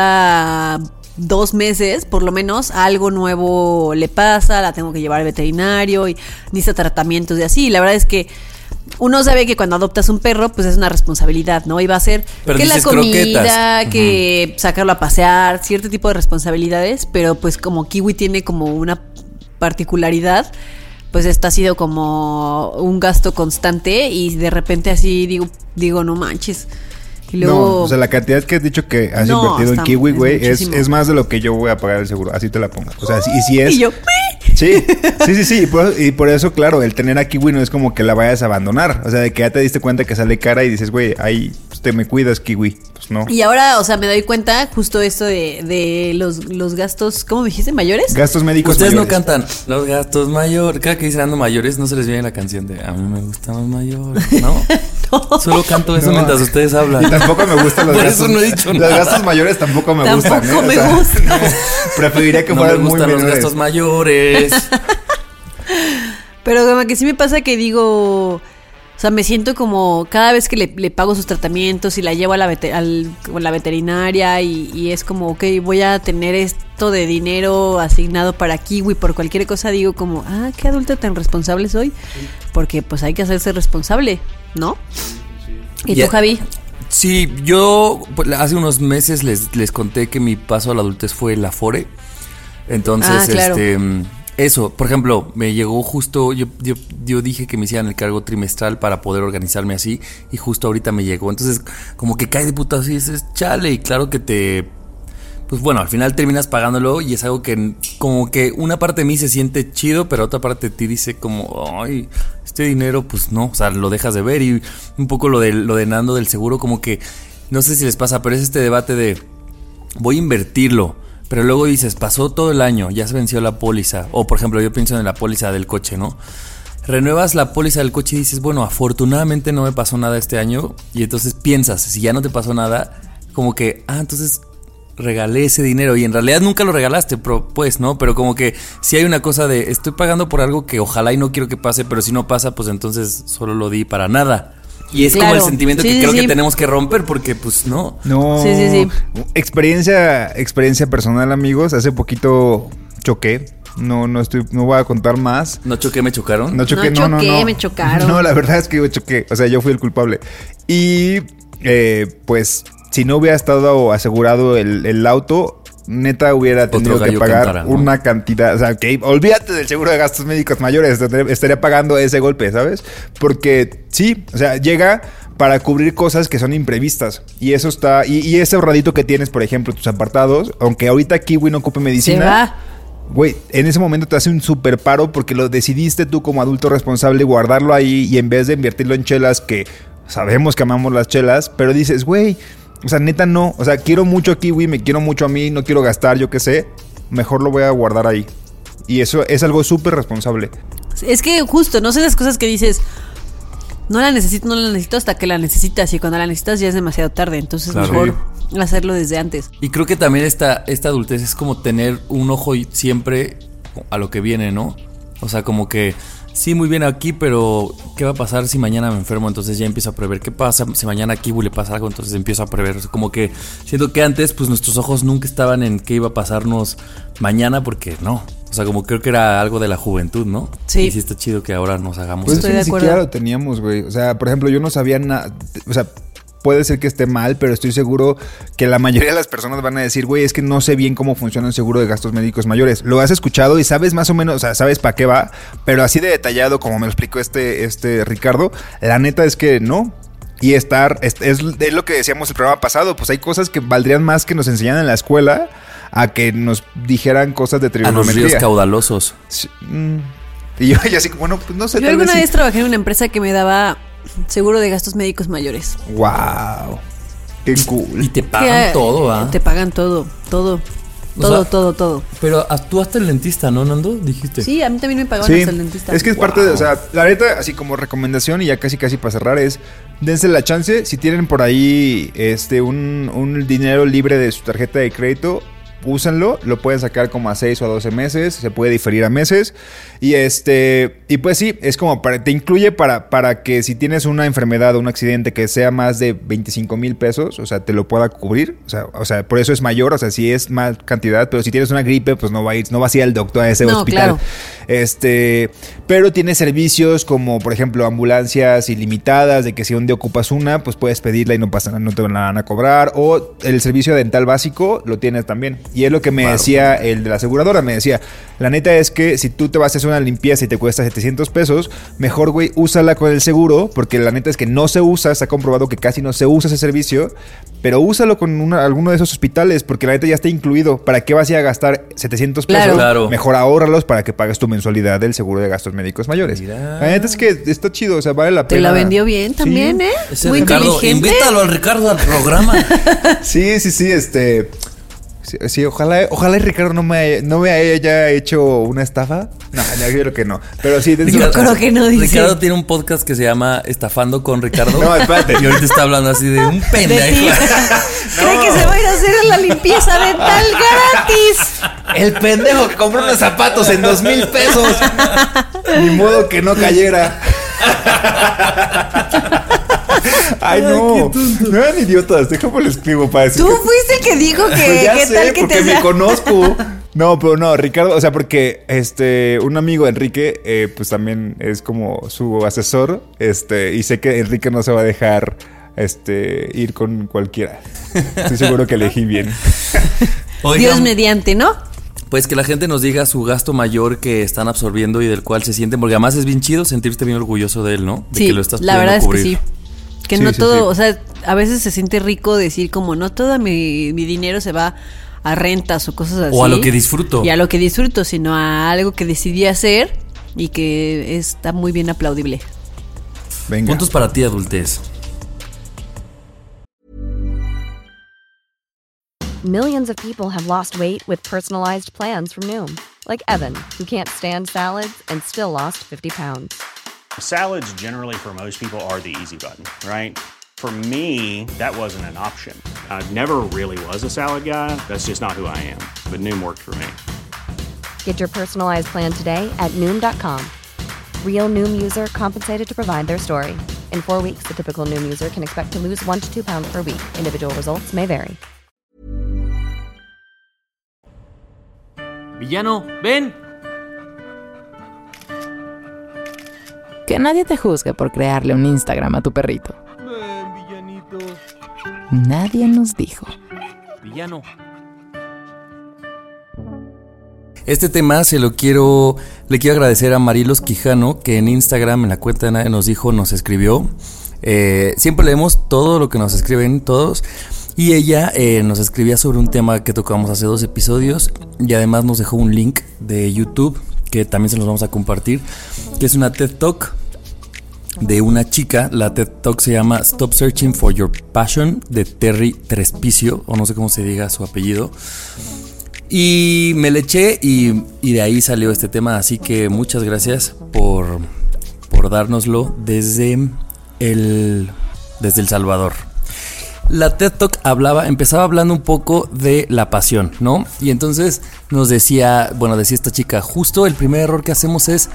cada dos meses, por lo menos, algo nuevo le pasa, la tengo que llevar al veterinario y necesita tratamientos y así. Y la verdad es que uno sabe que cuando adoptas un perro, pues es una responsabilidad, ¿no? Y va a ser pero que la comida, croquetas. que uh-huh. sacarlo a pasear, cierto tipo de responsabilidades, pero pues como Kiwi tiene como una particularidad, pues esto ha sido como un gasto constante y de repente así digo, digo no manches. Y luego, no, o sea, la cantidad que has dicho que has no, invertido en Kiwi, güey, es, es, es más de lo que yo voy a pagar el seguro. Así te la pongo. O sea, y si es... Y yo... Sí, sí, sí, sí. Y por, y por eso, claro, el tener a Kiwi no es como que la vayas a abandonar. O sea, de que ya te diste cuenta que sale cara y dices, güey, ahí pues, te me cuidas, Kiwi. Pues no. Y ahora, o sea, me doy cuenta justo esto de, de los, los gastos, ¿cómo me dijiste? ¿Mayores? Gastos médicos Ustedes mayores. no cantan los gastos mayores. Cada que dicen ando mayores, no se les viene la canción de a mí me gustan los mayores, ¿no? No. Solo canto eso no. mientras ustedes hablan. Y tampoco me gustan los Por gastos. Eso no he dicho los nada. gastos mayores tampoco me tampoco gustan. Tampoco ¿eh? me o sea, gustan. Preferiría que no fueran me gustan muy los menores. gastos mayores. Pero como que sí me pasa que digo, o sea, me siento como cada vez que le, le pago sus tratamientos y la llevo a la, veter, al, a la veterinaria y, y es como, ok, voy a tener esto de dinero asignado para Kiwi por cualquier cosa, digo como, ah, qué adulta tan responsable soy, porque pues hay que hacerse responsable, ¿no? ¿Y yeah. tú, Javi? Sí, yo pues, hace unos meses les, les conté que mi paso a la adultez fue el Afore. Entonces, ah, claro. este... Eso, por ejemplo, me llegó justo, yo, yo, yo dije que me hicieran el cargo trimestral para poder organizarme así y justo ahorita me llegó. Entonces, como que cae de putazo y dices, chale, y claro que te... Pues bueno, al final terminas pagándolo y es algo que como que una parte de mí se siente chido, pero otra parte de ti dice como, ay, este dinero, pues no, o sea, lo dejas de ver. Y un poco lo de, lo de Nando del seguro, como que, no sé si les pasa, pero es este debate de, voy a invertirlo. Pero luego dices, pasó todo el año, ya se venció la póliza. O por ejemplo, yo pienso en la póliza del coche, ¿no? Renuevas la póliza del coche y dices, bueno, afortunadamente no me pasó nada este año. Y entonces piensas, si ya no te pasó nada, como que, ah, entonces regalé ese dinero. Y en realidad nunca lo regalaste, pero, pues, ¿no? Pero como que si hay una cosa de, estoy pagando por algo que ojalá y no quiero que pase, pero si no pasa, pues entonces solo lo di para nada. Y es claro. como el sentimiento sí, que sí, creo sí. que tenemos que romper porque pues no. No. Sí, sí, sí. Experiencia, experiencia personal, amigos. Hace poquito choqué. No, no estoy, no voy a contar más. ¿No choqué, me chocaron? No choqué, no, no, choqué, no, no. me chocaron. No, la verdad es que yo choqué. O sea, yo fui el culpable. Y eh, pues, si no hubiera estado asegurado el, el auto, neta hubiera tenido que pagar cantara, ¿no? una cantidad, o sea, que olvídate del seguro de gastos médicos mayores, estaría pagando ese golpe, ¿sabes? Porque sí, o sea, llega para cubrir cosas que son imprevistas y eso está, y, y ese ahorradito que tienes, por ejemplo, tus apartados, aunque ahorita Kiwi no ocupe medicina, se va. Güey, en ese momento te hace un super paro porque lo decidiste tú como adulto responsable guardarlo ahí y en vez de invertirlo en chelas, que sabemos que amamos las chelas, pero dices, güey, o sea, neta no. O sea, quiero mucho a Kiwi, me quiero mucho a mí, no quiero gastar, yo qué sé. Mejor lo voy a guardar ahí. Y eso es algo súper responsable. Es que justo, no sé esas cosas que dices, no la necesito, no la necesito hasta que la necesitas. Y cuando la necesitas ya es demasiado tarde. Entonces claro, mejor sí. hacerlo desde antes. Y creo que también esta, esta adultez es como tener un ojo siempre a lo que viene, ¿no? O sea, como que sí, muy bien aquí, pero ¿qué va a pasar si mañana me enfermo? Entonces ya empiezo a prever qué pasa. Si mañana a Kibu le pasa algo, entonces empiezo a prever. O sea, como que siento que antes, pues nuestros ojos nunca estaban en qué iba a pasarnos mañana, porque no. O sea, como creo que era algo de la juventud, ¿no? Sí. Y sí está chido que ahora nos hagamos Pues eso. Estoy es que de ni acuerdo. siquiera lo teníamos, güey. O sea, por ejemplo, yo no sabía nada. O sea, puede ser que esté mal, pero estoy seguro que la mayoría de las personas van a decir, güey, es que no sé bien cómo funciona un seguro de gastos médicos mayores. Lo has escuchado y sabes más o menos, o sea, sabes para qué va, pero así de detallado como me lo explicó este, este Ricardo, la neta es que no. Y estar, es, es, es lo que decíamos el programa pasado, pues hay cosas que valdrían más que nos enseñaran en la escuela a que nos dijeran cosas de A los trigonometría. ríos caudalosos. Sí, mm. Y yo, y así como, bueno, pues no sé. Yo tal alguna sí. vez trabajé en una empresa que me daba seguro de gastos médicos mayores. Wow. Qué cool. Y te pagan Que, todo, ¿ah? Te pagan todo, todo. O Todo, sea, todo, todo. Pero ah, tú hasta el dentista, ¿no, Nando? Dijiste. Sí, a mí también me pagaban Sí, hasta el dentista. es que es parte de, o sea, la neta, así como recomendación y ya casi casi para cerrar es, dense la chance, si tienen por ahí este un, un dinero libre de su tarjeta de crédito, úsenlo, lo pueden sacar como a seis o a doce meses, se puede diferir a meses y este, y pues sí, es como para, te incluye para, para que si tienes una enfermedad o un accidente que sea más de veinticinco mil pesos, o sea, te lo pueda cubrir, o sea, o sea, por eso es mayor, o sea, si es más cantidad, pero si tienes una gripe, pues no va a ir, no va a ir al doctor a ese No, hospital. claro. Este, pero tiene servicios como, por ejemplo, ambulancias ilimitadas, de que si un día ocupas una, pues puedes pedirla y no pasa nada, no te van a cobrar, o el servicio dental básico lo tienes también. Y es lo que me Claro. decía el de la aseguradora, me decía, la neta es que si tú te vas a hacer una limpieza y te cuesta setecientos pesos, mejor, güey, úsala con el seguro, porque la neta es que no se usa, está comprobado que casi no se usa ese servicio, pero úsalo con una, alguno de esos hospitales, porque la neta ya está incluido. ¿Para qué vas a ir a gastar setecientos pesos? Claro. Claro. Mejor ahórralos para que pagues tu mensualidad del seguro de gastos médicos mayores. Mira. La neta es que está chido, o sea, vale la Te pena. la vendió bien Sí. también, ¿eh? Ese Muy Ricardo, inteligente. invítalo al Ricardo al programa. Sí, sí, sí, este... Sí, sí, ojalá, ojalá Ricardo no me, haya, no me haya hecho una estafa. No, yo creo que no. Pero sí, dense una Yo creo chance. que no, dice. Ricardo tiene un podcast que se llama Estafando con Ricardo. No, espérate. Y ahorita está hablando así de un De ti. pendejo. Cree que se va a ir a hacer la limpieza dental gratis. El pendejo que compró unos zapatos en dos mil pesos. Ni modo que no cayera. Ay, no. No eran idiotas. Déjame lo escribo para decir. Tú que- fuiste el que dijo que Pues ya qué sé, tal que porque te me sea- conozco. No, pero no, Ricardo, o sea, porque este, un amigo de Enrique, eh, pues también es como su asesor, este, y sé que Enrique no se va a dejar, este, ir con cualquiera. Estoy seguro que elegí bien. Oigan, Dios mediante, ¿no? pues que la gente nos diga su gasto mayor que están absorbiendo y del cual se sienten, porque además es bien chido sentirte bien orgulloso de él, ¿no? De Sí, que lo estás la pudiendo verdad es cubrir. que sí. Que Sí, no sí, todo, sí. o sea, a veces se siente rico decir como no todo mi, mi dinero se va a rentas o cosas así. O a lo que disfruto. Y a lo que disfruto, sino a algo que decidí hacer y que está muy bien aplaudible. Venga. Puntos para ti, adultez. Millions of people have lost weight with personalized plans from Noom, like Evan, who can't stand salads and still lost fifty pounds. Salads generally for most people are the easy button, right? For me, that wasn't an option. I never really was a salad guy. That's just not who I am. But Noom worked for me. Get your personalized plan today at Noom dot com. Real Noom user compensated to provide their story. In four weeks, the typical Noom user can expect to lose one to two pounds per week. Individual results may vary. Villano, ven. Que nadie te juzgue por crearle un Instagram a tu perrito. Ven, villanito. Nadie nos dijo. Villano. Este tema se lo quiero, le quiero agradecer a Marilos Quijano, que en Instagram, en la cuenta de Nadie Nos Dijo, nos escribió. Eh, siempre leemos todo lo que nos escriben todos. Y ella eh, nos escribía sobre un tema que tocamos hace dos episodios. Y además nos dejó un link de YouTube, que también se los vamos a compartir, que es una TED Talk de una chica. La TED Talk se llama Stop Searching for Your Passion, de Terry Trespicio, o no sé cómo se diga su apellido. Y me le eché y, y de ahí salió este tema. Así que muchas gracias por, por dárnoslo desde el, desde El Salvador. la TED Talk hablaba, empezaba hablando un poco de la pasión, ¿no? Y entonces nos decía, bueno, decía esta chica, justo el primer error que hacemos es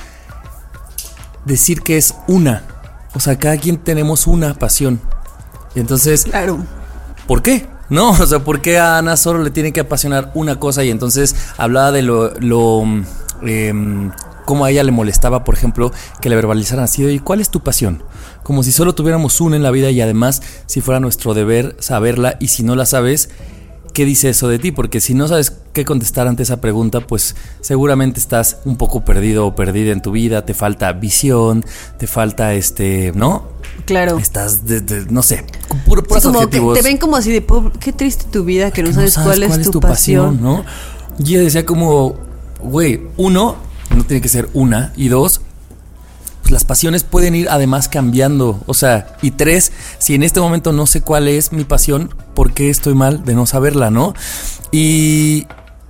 decir que es una. O sea, cada quien tenemos una pasión. Y entonces, claro. ¿Por qué? No, o sea, ¿por qué a Ana solo le tiene que apasionar una cosa? Y entonces hablaba de lo, lo eh, cómo a ella le molestaba, por ejemplo, que le verbalizaran así de, ¿y cuál es tu pasión? Como si solo tuviéramos una en la vida y además si fuera nuestro deber saberla, y si no la sabes, ¿qué dice eso de ti? Porque si no sabes qué contestar ante esa pregunta, pues seguramente estás un poco perdido o perdida en tu vida, te falta visión, te falta este, ¿no? Claro. Estás, de, de, no sé, puro, puros sí, como objetivos. Que te ven como así de, qué triste tu vida, que no, que sabes, no sabes cuál, cuál es es tu, tu pasión. pasión, ¿no? Y ella decía como, güey, uno, no tiene que ser una, y dos, pues las pasiones pueden ir además cambiando, o sea, y tres, si en este momento no sé cuál es mi pasión, ¿por qué estoy mal de no saberla, no? Y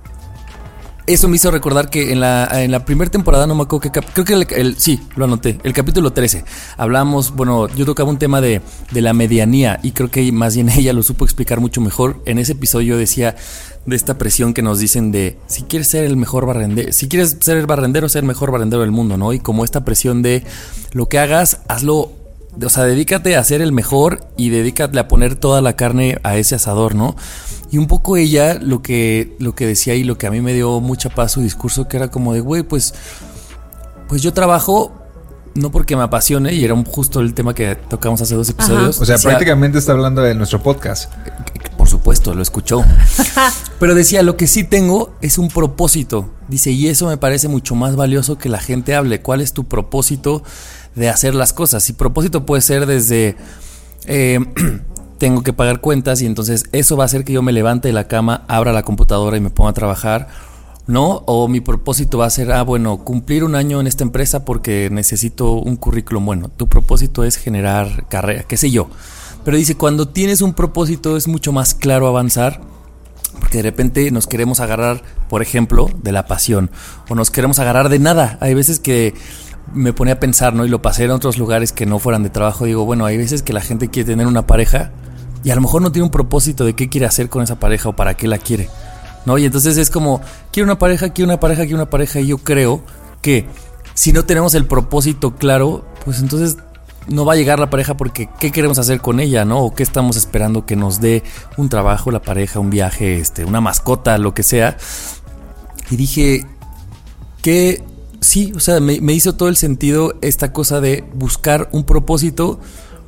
eso me hizo recordar que en la, en la primera temporada, no me acuerdo qué cap- creo que el, el, sí, lo anoté, el capítulo trece, hablamos, bueno, yo tocaba un tema de, de la medianía, y creo que más bien ella lo supo explicar mucho mejor. En ese episodio decía de esta presión que nos dicen de si quieres ser el mejor barrendero, si quieres ser el barrendero, ser el mejor barrendero del mundo, ¿no? Y como esta presión de lo que hagas, hazlo, o sea, dedícate a ser el mejor y dedícate a poner toda la carne a ese asador, ¿no? Y un poco ella lo que, lo que decía y lo que a mí me dio mucha paz su discurso, que era como de, güey, pues, pues yo trabajo no porque me apasione, y era justo el tema que tocamos hace dos episodios. Ajá. O sea, decía, prácticamente está hablando de nuestro podcast. Por supuesto, lo escuchó. Pero decía, lo que sí tengo es un propósito. Dice, y eso me parece mucho más valioso que la gente hable. ¿Cuál es tu propósito de hacer las cosas? Y propósito puede ser desde eh, tengo que pagar cuentas, y entonces eso va a hacer que yo me levante de la cama, abra la computadora y me ponga a trabajar, ¿no? O mi propósito va a ser, ah, bueno, cumplir un año en esta empresa porque necesito un currículum. Bueno, tu propósito es generar carrera, qué sé yo. Pero dice, cuando tienes un propósito es mucho más claro avanzar, porque de repente nos queremos agarrar, por ejemplo, de la pasión, o nos queremos agarrar de nada. Hay veces que me ponía a pensar, ¿no? Y lo pasé en otros lugares que no fueran de trabajo. Digo, bueno, hay veces que la gente quiere tener una pareja y a lo mejor no tiene un propósito de qué quiere hacer con esa pareja o para qué la quiere, ¿no? Y entonces es como, quiero una pareja, quiero una pareja, quiero una pareja. Y yo creo que si no tenemos el propósito claro, pues entonces no va a llegar la pareja, porque ¿qué queremos hacer con ella, no? O qué estamos esperando que nos dé un trabajo, la pareja, un viaje, este, una mascota, lo que sea. Y dije que sí, o sea, me, me hizo todo el sentido esta cosa de buscar un propósito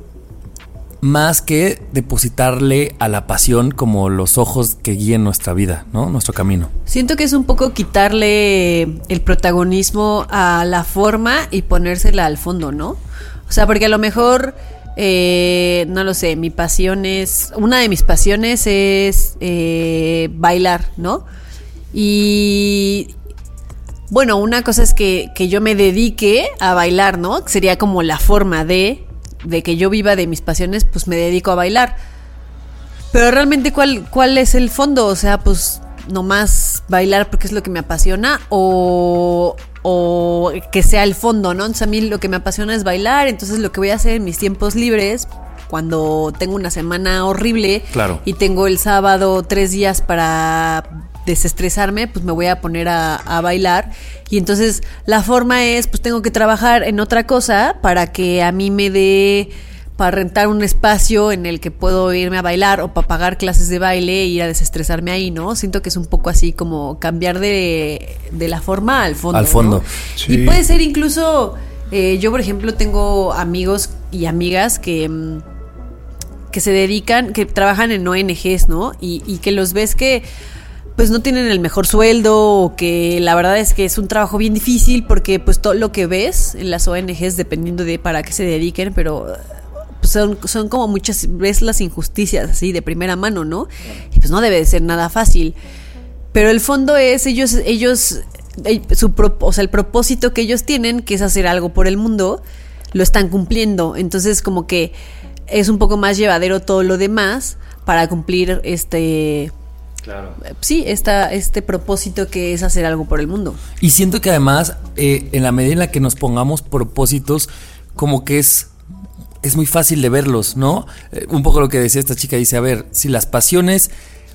más que depositarle a la pasión como los ojos que guíen nuestra vida, ¿no? Nuestro camino. Siento que es un poco quitarle el protagonismo a la forma y ponérsela al fondo, ¿no? O sea, porque a lo mejor, eh, no lo sé, mi pasión es, una de mis pasiones es eh, bailar, ¿no? Y bueno, una cosa es que, que yo me dedique a bailar, ¿no? Sería como la forma de, de que yo viva de mis pasiones, pues me dedico a bailar. Pero realmente, ¿cuál, cuál es el fondo? O sea, pues nomás bailar porque es lo que me apasiona, o, o que sea el fondo, ¿no? Entonces a mí lo que me apasiona es bailar, entonces lo que voy a hacer en mis tiempos libres, cuando tengo una semana horrible, claro, y tengo el sábado tres días para desestresarme, pues me voy a poner a, a bailar. Y entonces la forma es, pues tengo que trabajar en otra cosa para que a mí me dé para rentar un espacio en el que puedo irme a bailar, o para pagar clases de baile e ir a desestresarme ahí, ¿no? Siento que es un poco así como cambiar de, de la forma al fondo. Al fondo. ¿no? Sí. Y puede ser incluso, eh, yo por ejemplo tengo amigos y amigas que, que se dedican, que trabajan en O N Ges, ¿no? Y, y que los ves que pues no tienen el mejor sueldo, o que la verdad es que es un trabajo bien difícil, porque pues todo lo que ves en las O N Ges, dependiendo de para qué se dediquen, pero pues son, son como muchas veces las injusticias así de primera mano, ¿no? Y pues no debe de ser nada fácil. Pero el fondo es, ellos, ellos, su pro, o sea, el propósito que ellos tienen, que es hacer algo por el mundo, lo están cumpliendo. Entonces como que es un poco más llevadero todo lo demás para cumplir este... Claro. Sí, esta, este propósito que es hacer algo por el mundo. Y siento que además, eh, en la medida en la que nos pongamos propósitos, como que es es muy fácil de verlos, ¿no? Eh, un poco lo que decía esta chica, dice, a ver, si las pasiones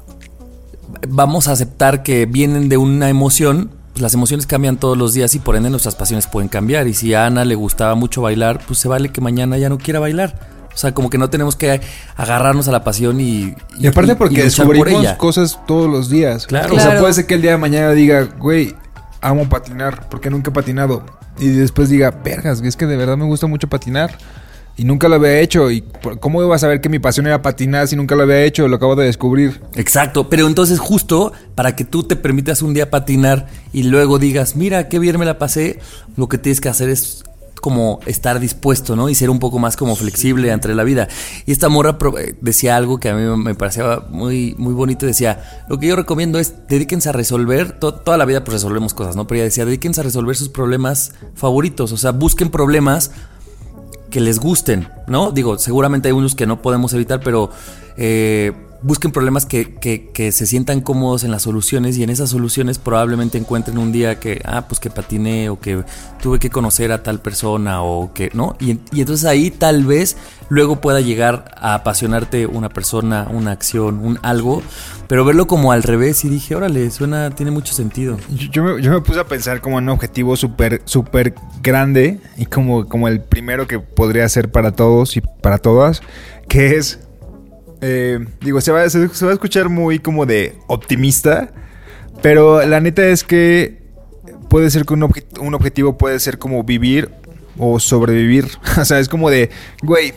vamos a aceptar que vienen de una emoción, pues las emociones cambian todos los días y por ende nuestras pasiones pueden cambiar. Y si a Ana le gustaba mucho bailar, pues se vale que mañana ya no quiera bailar. O sea, como que no tenemos que agarrarnos a la pasión y... Y, y aparte porque y descubrimos cosas todos los días. Claro. O sea, Claro. puede ser que el día de mañana diga, güey, amo patinar porque nunca he patinado. Y después diga, vergas, es que de verdad me gusta mucho patinar. Y nunca lo había hecho. ¿Y cómo iba a saber que mi pasión era patinar si nunca lo había hecho? Lo acabo de descubrir. Exacto, pero entonces justo para que tú te permitas un día patinar y luego digas, mira, qué bien me la pasé, lo que tienes que hacer es como estar dispuesto, ¿no? Y ser un poco más como flexible ante la vida. Y esta morra pro- decía algo que a mí me parecía muy, muy bonito. Decía, lo que yo recomiendo es dedíquense a resolver, to- toda la vida pues resolvemos cosas, ¿no? Pero ella decía, dedíquense a resolver sus problemas favoritos. O sea, busquen problemas que les gusten, ¿no? Digo, seguramente hay unos que no podemos evitar, pero eh, busquen problemas que, que, que se sientan cómodos en las soluciones y en esas soluciones probablemente encuentren un día que, ah, pues que patiné o que tuve que conocer a tal persona o que, ¿no? Y, y entonces ahí tal vez luego pueda llegar a apasionarte una persona, una acción, un algo, pero verlo como al revés y dije, órale, suena, tiene mucho sentido. Yo, yo, me, yo me puse a pensar como en un objetivo súper, súper grande y como, como el primero que podría ser para todos y para todas, que es... Eh, digo, se va, se, se va a escuchar muy como de optimista, pero la neta es que puede ser que un, obje- un objetivo puede ser como vivir o sobrevivir. O sea, es como de, güey,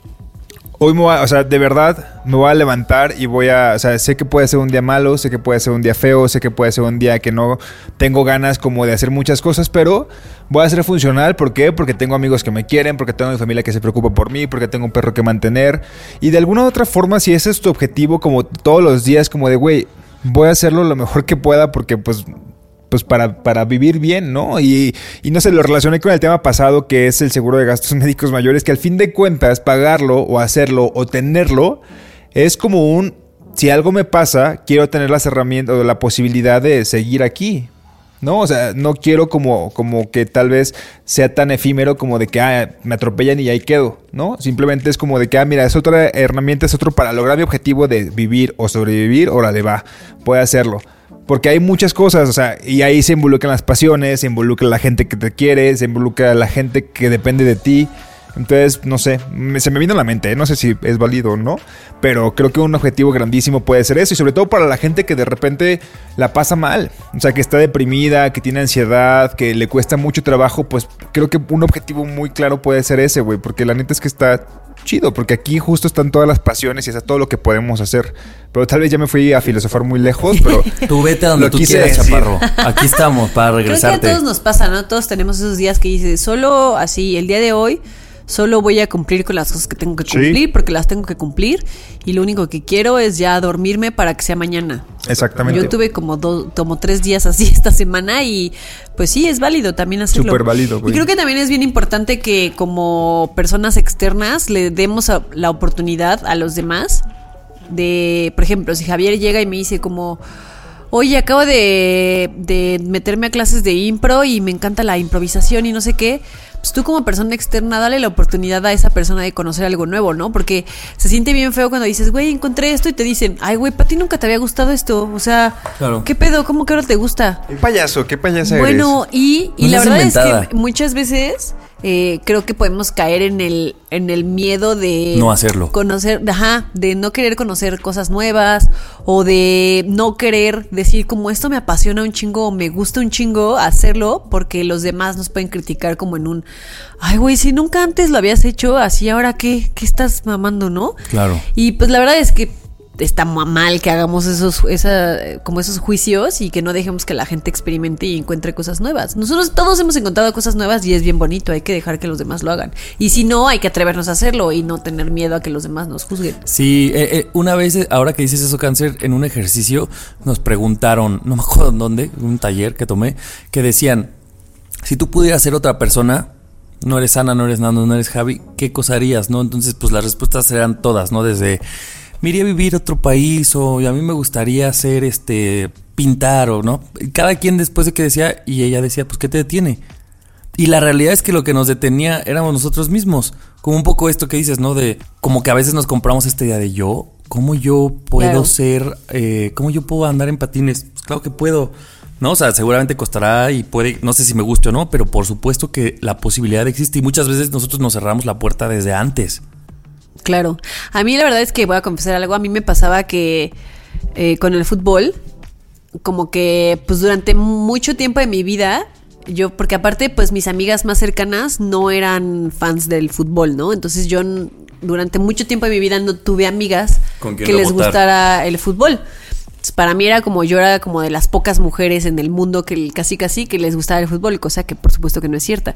hoy me voy a, o sea, de verdad me voy a levantar y voy a, o sea, sé que puede ser un día malo, sé que puede ser un día feo, sé que puede ser un día que no tengo ganas como de hacer muchas cosas, pero voy a ser funcional. ¿Por qué? Porque tengo amigos que me quieren, porque tengo mi familia que se preocupa por mí, porque tengo un perro que mantener. Y de alguna u otra forma, si ese es tu objetivo, como todos los días, como de, güey, voy a hacerlo lo mejor que pueda porque pues... pues para, para vivir bien, ¿no? Y, y no sé, lo relacioné con el tema pasado, que es el seguro de gastos médicos mayores, que al fin de cuentas pagarlo o hacerlo o tenerlo es como un, si algo me pasa, quiero tener las herramientas o la posibilidad de seguir aquí, ¿no? O sea, no quiero como, como que tal vez sea tan efímero como de que ah, me atropellan y ahí quedo, ¿no? Simplemente es como de que, ah, mira, es otra herramienta, es otro para lograr mi objetivo de vivir o sobrevivir, órale, va, puedo hacerlo. Porque hay muchas cosas, o sea, y ahí se involucran las pasiones, se involucra la gente que te quiere, se involucra la gente que depende de ti. Entonces, no sé, me, se me vino a la mente, ¿eh? No sé si es válido o no, pero creo que un objetivo grandísimo puede ser eso. Y sobre todo para la gente que de repente la pasa mal, o sea, que está deprimida, que tiene ansiedad, que le cuesta mucho trabajo, pues creo que un objetivo muy claro puede ser ese, güey. Porque la neta es que está chido, porque aquí justo están todas las pasiones y está todo lo que podemos hacer. Pero tal vez ya me fui a filosofar muy lejos, pero... Tú vete a donde lo tú quise quieras, decir. chaparro. Aquí estamos para Creo que regresarte. a todos nos pasa, ¿no? Todos tenemos esos días que dices, solo así, el día de hoy, solo voy a cumplir con las cosas que tengo que Sí. cumplir, porque las tengo que cumplir, y lo único que quiero es ya dormirme para que sea mañana. Exactamente. Yo tuve como dos, como tres días así esta semana y pues sí, es válido también hacerlo. Súper válido, güey. Y creo que también es bien importante que como personas externas le demos a- la oportunidad a los demás de, por ejemplo, si Javier llega y me dice como, oye, acabo de, de meterme a clases de impro y me encanta la improvisación y no sé qué, pues tú como persona externa dale la oportunidad a esa persona de conocer algo nuevo, ¿no? Porque se siente bien feo cuando dices, güey, encontré esto y te dicen, ay, güey, para ti nunca te había gustado esto, o sea, Claro. ¿qué pedo? ¿Cómo que ahora te gusta? ¿Qué payaso? ¿Qué payasa Bueno, eres? y, y No la seas verdad inventada. es que muchas veces eh, creo que podemos caer en el, en el miedo de No hacerlo. conocer, ajá, de no querer conocer cosas nuevas o de no querer decir como esto me apasiona un chingo o me gusta un chingo hacerlo porque los demás nos pueden criticar como en un, ay güey, si nunca antes lo habías hecho, así ahora qué, qué estás mamando, ¿no? Claro. Y pues la verdad es que está mu- mal que hagamos esos, esa, como esos juicios y que no dejemos que la gente experimente y encuentre cosas nuevas. Nosotros todos hemos encontrado cosas nuevas y es bien bonito, hay que dejar que los demás lo hagan. Y si no, hay que atrevernos a hacerlo y no tener miedo a que los demás nos juzguen. Sí, eh, eh, una vez, eh, ahora que dices eso, Cáncer, en un ejercicio nos preguntaron, no me acuerdo en dónde, un taller que tomé, que decían, si tú pudieras ser otra persona, no eres Ana, no eres Nando, no eres Javi, ¿qué cosa harías, no? Entonces, pues las respuestas eran todas, ¿no? Desde, me iría a vivir a otro país, o a mí me gustaría hacer, este, pintar, o no. Cada quien después de que decía, y ella decía, pues, ¿qué te detiene? Y la realidad es que lo que nos detenía éramos nosotros mismos. Como un poco esto que dices, ¿no? De como que a veces nos compramos esta idea de yo, ¿cómo yo puedo Claro. ser, eh, cómo yo puedo andar en patines? Pues claro que puedo, ¿no? O sea, seguramente costará y puede, no sé si me guste o no, pero por supuesto que la posibilidad existe y muchas veces nosotros nos cerramos la puerta desde antes. Claro. A mí la verdad es que voy a confesar algo. A mí me pasaba que eh, con el fútbol, como que pues durante mucho tiempo de mi vida, yo, porque aparte pues mis amigas más cercanas no eran fans del fútbol, ¿no? Entonces yo n- durante mucho tiempo de mi vida no tuve amigas ¿Con quién que les rebotar? gustara el fútbol. Entonces, para mí era como, yo era como de las pocas mujeres en el mundo que casi casi que les gustaba el fútbol, cosa que por supuesto que no es cierta.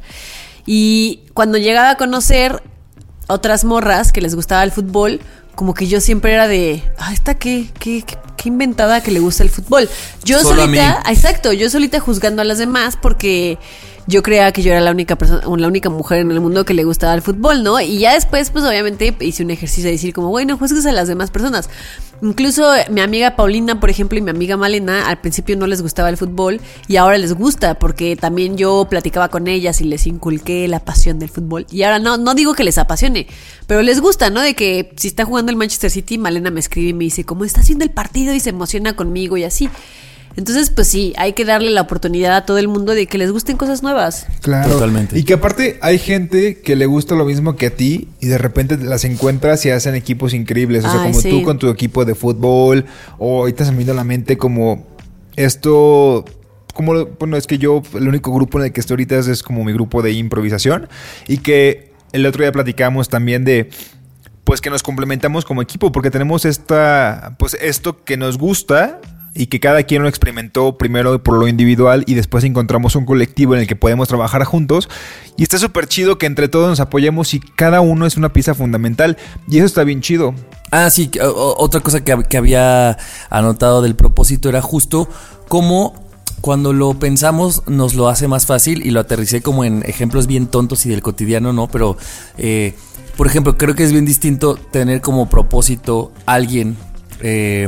Y cuando llegaba a conocer otras morras que les gustaba el fútbol, como que yo siempre era de, ah, esta qué, qué, qué, qué inventada que le gusta el fútbol. Yo Solo a solita, mí. exacto, yo solita juzgando a las demás porque yo creía que yo era la única persona, la única mujer en el mundo que le gustaba el fútbol, ¿no? Y ya después, pues obviamente hice un ejercicio de decir como, bueno, juzgues a las demás personas. Incluso mi amiga Paulina, por ejemplo, y mi amiga Malena, al principio no les gustaba el fútbol y ahora les gusta porque también yo platicaba con ellas y les inculqué la pasión del fútbol. Y ahora no, no digo que les apasione, pero les gusta, ¿no? De que si está jugando el Manchester City, Malena me escribe y me dice, ¿cómo está haciendo el partido? Y se emociona conmigo y así. Entonces, pues sí, hay que darle la oportunidad a todo el mundo de que les gusten cosas nuevas. Claro. Totalmente. Y que aparte hay gente que le gusta lo mismo que a ti y de repente las encuentras y hacen equipos increíbles. O sea, Ay, como sí. tú con tu equipo de fútbol, o ahorita se me vino a la mente como esto... Como, lo- bueno, es que yo, el único grupo en el que estoy ahorita es, es como mi grupo de improvisación. Y que el otro día platicamos también de... Pues que nos complementamos como equipo porque tenemos esta... Pues esto que nos gusta... Y que cada quien lo experimentó primero por lo individual y después encontramos un colectivo en el que podemos trabajar juntos. Y está súper chido que entre todos nos apoyemos y cada uno es una pieza fundamental. Y eso está bien chido. Ah, sí, que- o- otra cosa que, hab- que había anotado del propósito era justo cómo cuando lo pensamos nos lo hace más fácil y lo aterricé como en ejemplos bien tontos y del cotidiano, ¿no? Pero, eh, por ejemplo, creo que es bien distinto tener como propósito alguien... Eh,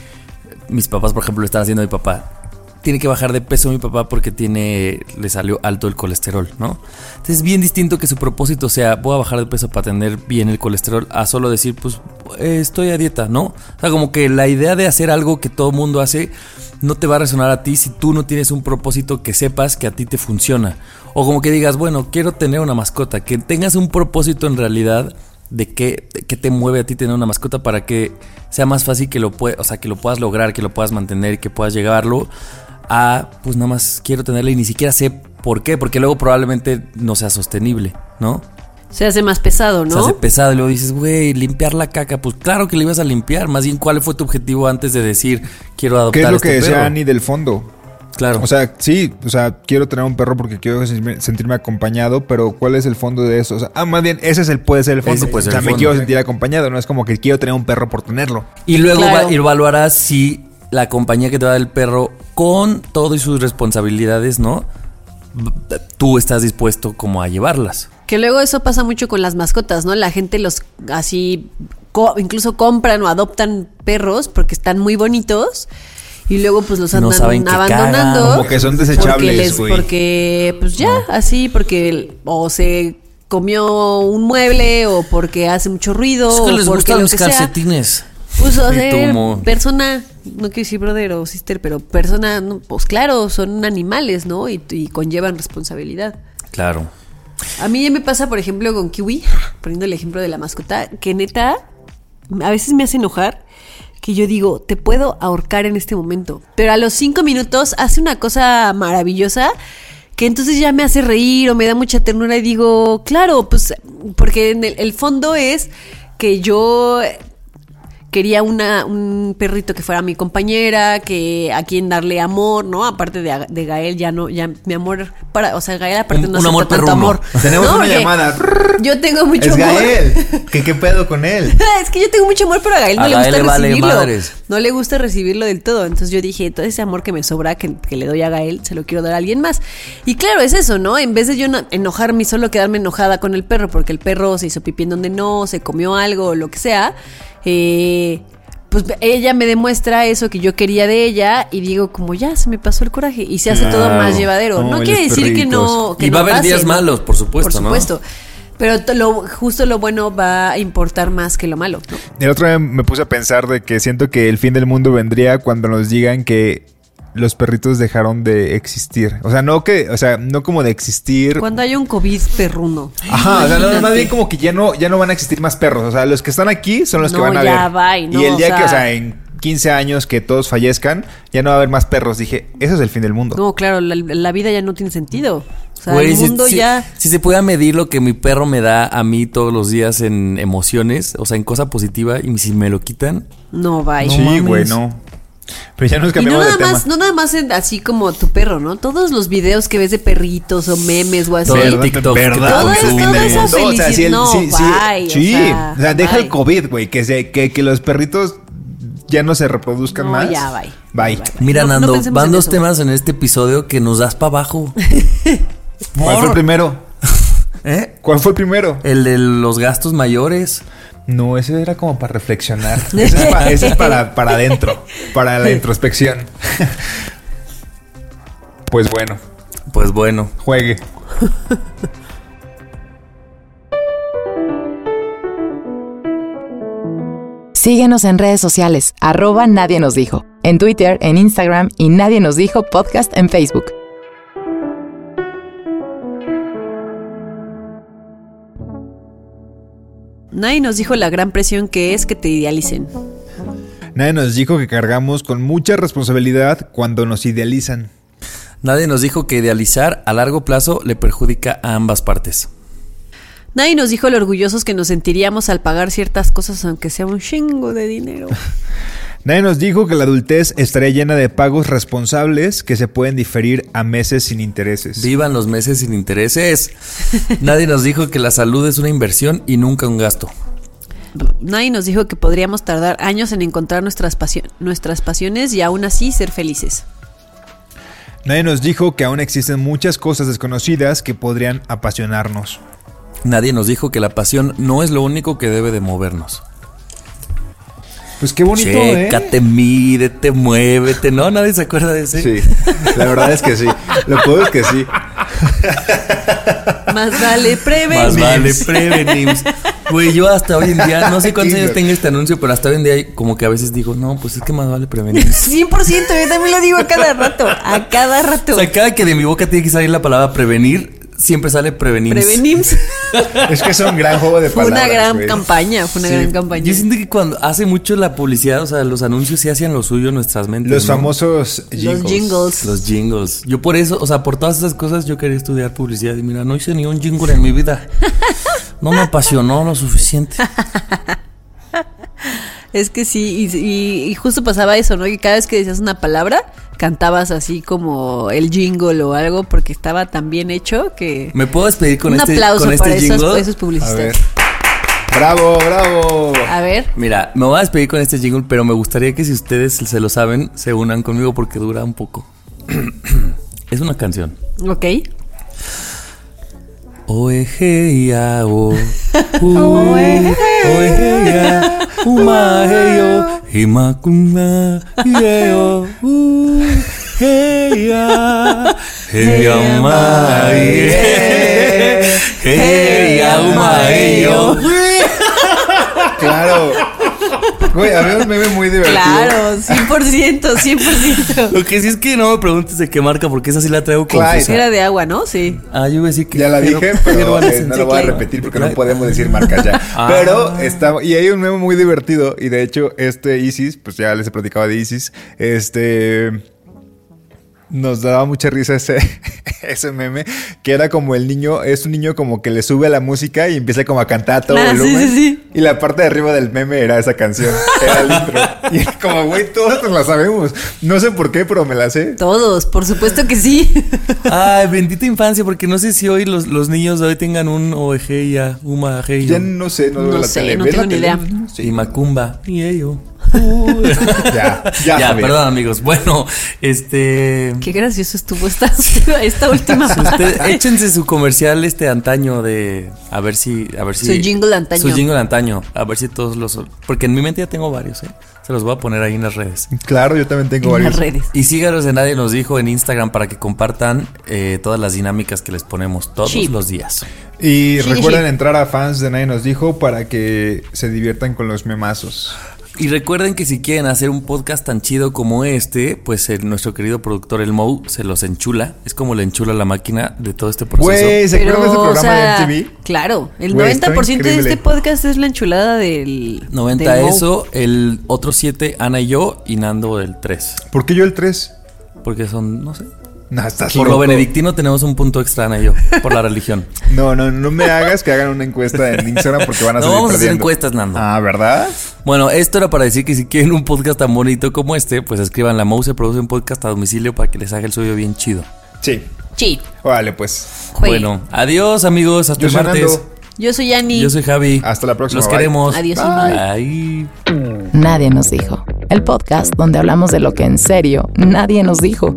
mis papás, por ejemplo, lo están haciendo a mi papá. Tiene que bajar de peso mi papá porque tiene le salió alto el colesterol, ¿no? Entonces es bien distinto que su propósito sea voy a bajar de peso para tener bien el colesterol a solo decir, pues eh, estoy a dieta, ¿no? O sea, como que la idea de hacer algo que todo mundo hace no te va a resonar a ti si tú no tienes un propósito que sepas que a ti te funciona. O como que digas, bueno, quiero tener una mascota, que tengas un propósito en realidad de qué, de qué te mueve a ti tener una mascota para que sea más fácil que lo pue- o sea, que lo puedas lograr, que lo puedas mantener, que puedas llevarlo a, pues nada más quiero tenerla y ni siquiera sé por qué, porque luego probablemente no sea sostenible, ¿no? Se hace más pesado, ¿no? Se hace pesado y luego dices, güey, limpiar la caca, pues claro que le ibas a limpiar, más bien cuál fue tu objetivo antes de decir quiero adoptar ¿Qué es lo este que decía perro? Ani del fondo? Claro. O sea, sí, o sea, quiero tener un perro porque quiero sentirme, sentirme acompañado, pero ¿cuál es el fondo de eso? O sea, ah, más bien, ese es el puede ser el fondo. Ese puede ser o sea, el me fondo. quiero sentir acompañado, no es como que quiero tener un perro por tenerlo. Y luego Claro. va- evaluarás si la compañía que te va a dar el perro, con todo y sus responsabilidades, ¿no? B- Tú estás dispuesto como a llevarlas. Que luego eso pasa mucho con las mascotas, ¿no? La gente los así co- incluso compran o adoptan perros porque están muy bonitos y luego pues los No andan saben que abandonando. cagan. Como que son porque desechables, les- güey. Porque pues ya, así, porque el- o se comió un mueble o porque hace mucho ruido Es que o les porque gustan lo los que sea. calcetines. Pues o Y sea, tú como- persona, no quiero decir brother o sister, pero persona, no, pues claro, son animales, ¿no? Y, y conllevan responsabilidad. Claro. A mí ya me pasa, por ejemplo, con Kiwi, poniendo el ejemplo de la mascota, que neta, a veces me hace enojar que yo digo, te puedo ahorcar en este momento. Pero a los cinco minutos hace una cosa maravillosa que entonces ya me hace reír o me da mucha ternura y digo, claro, pues, porque en el, el fondo es que yo quería una, un perrito que fuera mi compañera, que a quien darle amor, ¿no? Aparte de, de Gael, ya no, ya mi amor para, o sea, Gael aparte Un- no un acepta amor tanto perruno. amor. Tenemos No, una porque llamada. Yo tengo mucho Es amor. Gael. ¿Qué, ¿Qué pedo con él? Es que yo tengo mucho amor, pero a Gael no A le Gael gusta le vale recibirlo. madres. No le gusta recibirlo del todo. Entonces yo dije, todo ese amor que me sobra, que, que le doy a Gael, se lo quiero dar a alguien más. Y claro, es eso, ¿no? En vez de yo no- enojarme y solo quedarme enojada con el perro, porque el perro se hizo pipí en donde no, se comió algo o lo que sea, eh, pues ella me demuestra eso que yo quería de ella y digo como ya se me pasó el coraje y se hace Claro. todo más llevadero. No, No los quiere decir que no que y va no a haber pase, días ¿no? malos, por supuesto, Por supuesto. Pero to- lo, justo lo bueno va a importar más que lo malo, ¿no? El otro día me puse a pensar de que siento que el fin del mundo vendría cuando nos digan que los perritos dejaron de existir. O sea, no que, o sea, no como de existir. Cuando haya un COVID perruno. Ajá, o sea, no, Imagínate. más bien como que ya no, ya no van a existir más perros. O sea, los que están aquí son los que No, van a ya, ver. bye, no, y el día o sea- que, o sea, en quince años que todos fallezcan, ya no va a haber más perros. Dije, eso es el fin del mundo. No, claro, la, la vida ya no tiene sentido. O sea, Güey, el si- mundo si, ya... si se pudiera medir lo que mi perro me da a mí todos los días en emociones, o sea, en cosa positiva, y si me lo quitan, No, bye. sí, mames. güey, no. Pero ya nos Y no cambiamos nada de tema. más, no nada más en- así como tu perro, ¿no? Todos los videos que ves de perritos o memes o así. Todo el ¿Verdad? TikTok que ¿Verdad? Toda- consumen. toda esa No, o sea, felicidad- si el- no, sí, sí, bye, o sí. sea, O sea, deja bye. el COVID, güey, que, se, que, que los perritos ya no se reproduzcan No, más. ya, bye. Bye. Bye, bye. Mira, No- no Nando, pensemos van en dos eso. temas en este episodio que nos das para abajo. ¿Cuál fue el primero? ¿Eh? ¿Cuál fue el primero? El de los gastos mayores. No, ese era como para reflexionar. Ese es, pa- ese es para, para adentro, para la introspección. Pues bueno, Pues bueno. juegue. Síguenos en redes sociales, arroba Nadie Nos Dijo, en Twitter, en Instagram y Nadie Nos Dijo Podcast en Facebook. Nadie nos dijo la gran presión que es que te idealicen. Nadie nos dijo que cargamos con mucha responsabilidad cuando nos idealizan. Nadie nos dijo que idealizar a largo plazo le perjudica a ambas partes. Nadie nos dijo lo orgullosos que nos sentiríamos al pagar ciertas cosas aunque sea un chingo de dinero. Nadie nos dijo que la adultez estaría llena de pagos responsables que se pueden diferir a meses sin intereses. Vivan los meses sin intereses. Nadie nos dijo que la salud es una inversión y nunca un gasto. Nadie nos dijo que podríamos tardar años en encontrar nuestras, pasio- nuestras pasiones y aún así ser felices. Nadie nos dijo que aún existen muchas cosas desconocidas que podrían apasionarnos. Nadie nos dijo que la pasión no es lo único que debe de movernos. Pues qué bonito, ¿eh? Chécate, mídete, muévete. No, nadie se acuerda de ese. Sí, la verdad es que sí. Lo puedo es que sí. Más vale prevenir. Más vale prevenir. Güey, yo hasta hoy en día, no sé cuántos años tenga este anuncio, pero hasta hoy en día como que a veces digo, no, pues es que más vale prevenir. cien por ciento, yo también lo digo a cada rato, a cada rato. O sea, cada que de mi boca tiene que salir la palabra prevenir, siempre sale prevenir. Prevenims. Es que es un gran juego de Fue palabras. una gran güey. campaña, fue una Sí. gran campaña. Yo siento que cuando hace mucho la publicidad, o sea, los anuncios sí hacían lo suyo en nuestras mentes. Los ¿no? famosos jingles. Los jingles. Los jingles. Yo por eso, o sea, por todas esas cosas yo quería estudiar publicidad y mira, no hice ni un jingle en mi vida. No me apasionó lo suficiente. Es que sí, y, y- y justo pasaba eso, ¿no? Que cada vez que decías una palabra, cantabas así como el jingle o algo, porque estaba tan bien hecho que... ¿Me puedo despedir con Un este, aplauso con este para esos, jingle? esos A publicistas. ver. Bravo, bravo. A ver. Mira, me voy a despedir con este jingle, pero me gustaría que si ustedes se lo saben, se unan conmigo porque dura un poco. Es una canción. Ok. Oejeia o Oejeia Umaheyo Himakuna Yeo Heia Heia Mae Heia Umaheyo. Claro. Güey, había un meme muy divertido. Claro, cien por ciento, cien por ciento. Lo que sí es que no me preguntes de qué marca porque esa sí la traigo Clyde. confusa. Era de agua, ¿no? Sí. Ah, yo iba a decir que Ya la dije, pero van a eh, no sentir lo voy a que- repetir porque no podemos decir marcas ya. Ah. Pero está, y hay un meme muy divertido. Y de hecho, este Isis, pues ya les he platicado de Isis. Este. Nos daba mucha risa ese, ese meme, que era como el niño, es un niño como que le sube a la música y empieza como a cantar a todo Ah, sí, volumen. sí, sí. Y la parte de arriba del meme era esa canción, era el intro. Y era como, güey, todos nos la sabemos. No sé por qué, pero me la sé. Todos, por supuesto que sí. Ay, bendita infancia, porque no sé si hoy los, los niños de hoy tengan un Oejeia, Umaheyo. Ya no sé, no, veo No la sé, tele. no ¿Ves tengo la ni tele? idea. Sí. Y Macumba. Y ello. Uh. Ya, ya, ya, Javier. perdón, amigos. Bueno, este. Qué gracioso estuvo esta, esta última Si usted- parte. échense su comercial este antaño de a ver si a ver si Su jingle antaño. su jingle antaño, a ver si todos los, porque en mi mente ya tengo varios, ¿eh? Se los voy a poner ahí en las redes. Claro, yo también tengo En varios. las redes. Y síganos en Nadie Nos Dijo en Instagram para que compartan eh, todas las dinámicas que les ponemos todos Sí. los días. Y Sí, recuerden sí. entrar a fans de Nadie Nos Dijo para que se diviertan con los memazos. Y recuerden que si quieren hacer un podcast tan chido como este, pues el, nuestro querido productor el Mou se los enchula. Es como le enchula la máquina de todo este proceso. Güey, ¿se acuerdan de ese o programa sea, de M T V? claro, el Güey, noventa por ciento de estaba este increíble. podcast es la enchulada del noventa del Mo. eso, el otro siete, Ana y yo, y Nando el tres. ¿Por qué yo el tres? Porque son, no sé. No, estás Por lo loco. benedictino tenemos un punto extra, Ana y yo, por la religión. No, no, no me hagas que hagan una encuesta en Instagram porque van a No salir vamos a hacer perdiendo. encuestas, Nando. Ah, ¿verdad? Bueno, esto era para decir que si quieren un podcast tan bonito como este, pues escriban la Mouse, se produce un podcast a domicilio para que les haga el suyo bien chido. Sí. Sí. Órale, pues. Jue. Bueno, adiós amigos, hasta Yo el soy martes. Nando. Yo soy Yani. Yo soy Javi. Hasta la próxima. Los Bye. queremos. Adiós. Bye. Nadie nos dijo. El podcast donde hablamos de lo que en serio nadie nos dijo.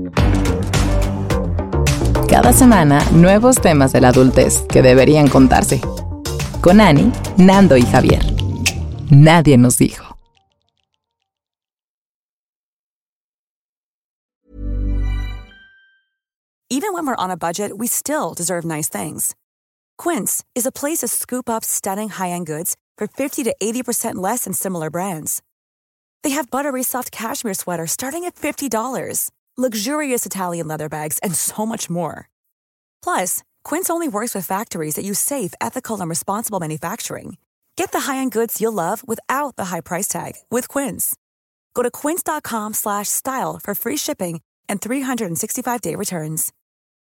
Cada semana, nuevos temas de la adultez que deberían contarse. Con Ani, Nando y Javier. Nadie nos dijo. Even when we're on a budget, we still deserve nice things. Quince is a place to scoop up stunning high-end goods for fifty to eighty percent less than similar brands. They have buttery soft cashmere sweaters starting at fifty dollars, luxurious Italian leather bags, and so much more. Plus, Quince only works with factories that use safe, ethical, and responsible manufacturing. Get the high-end goods you'll love without the high price tag with Quince. Go to quince.com slash style for free shipping and three sixty-five day returns.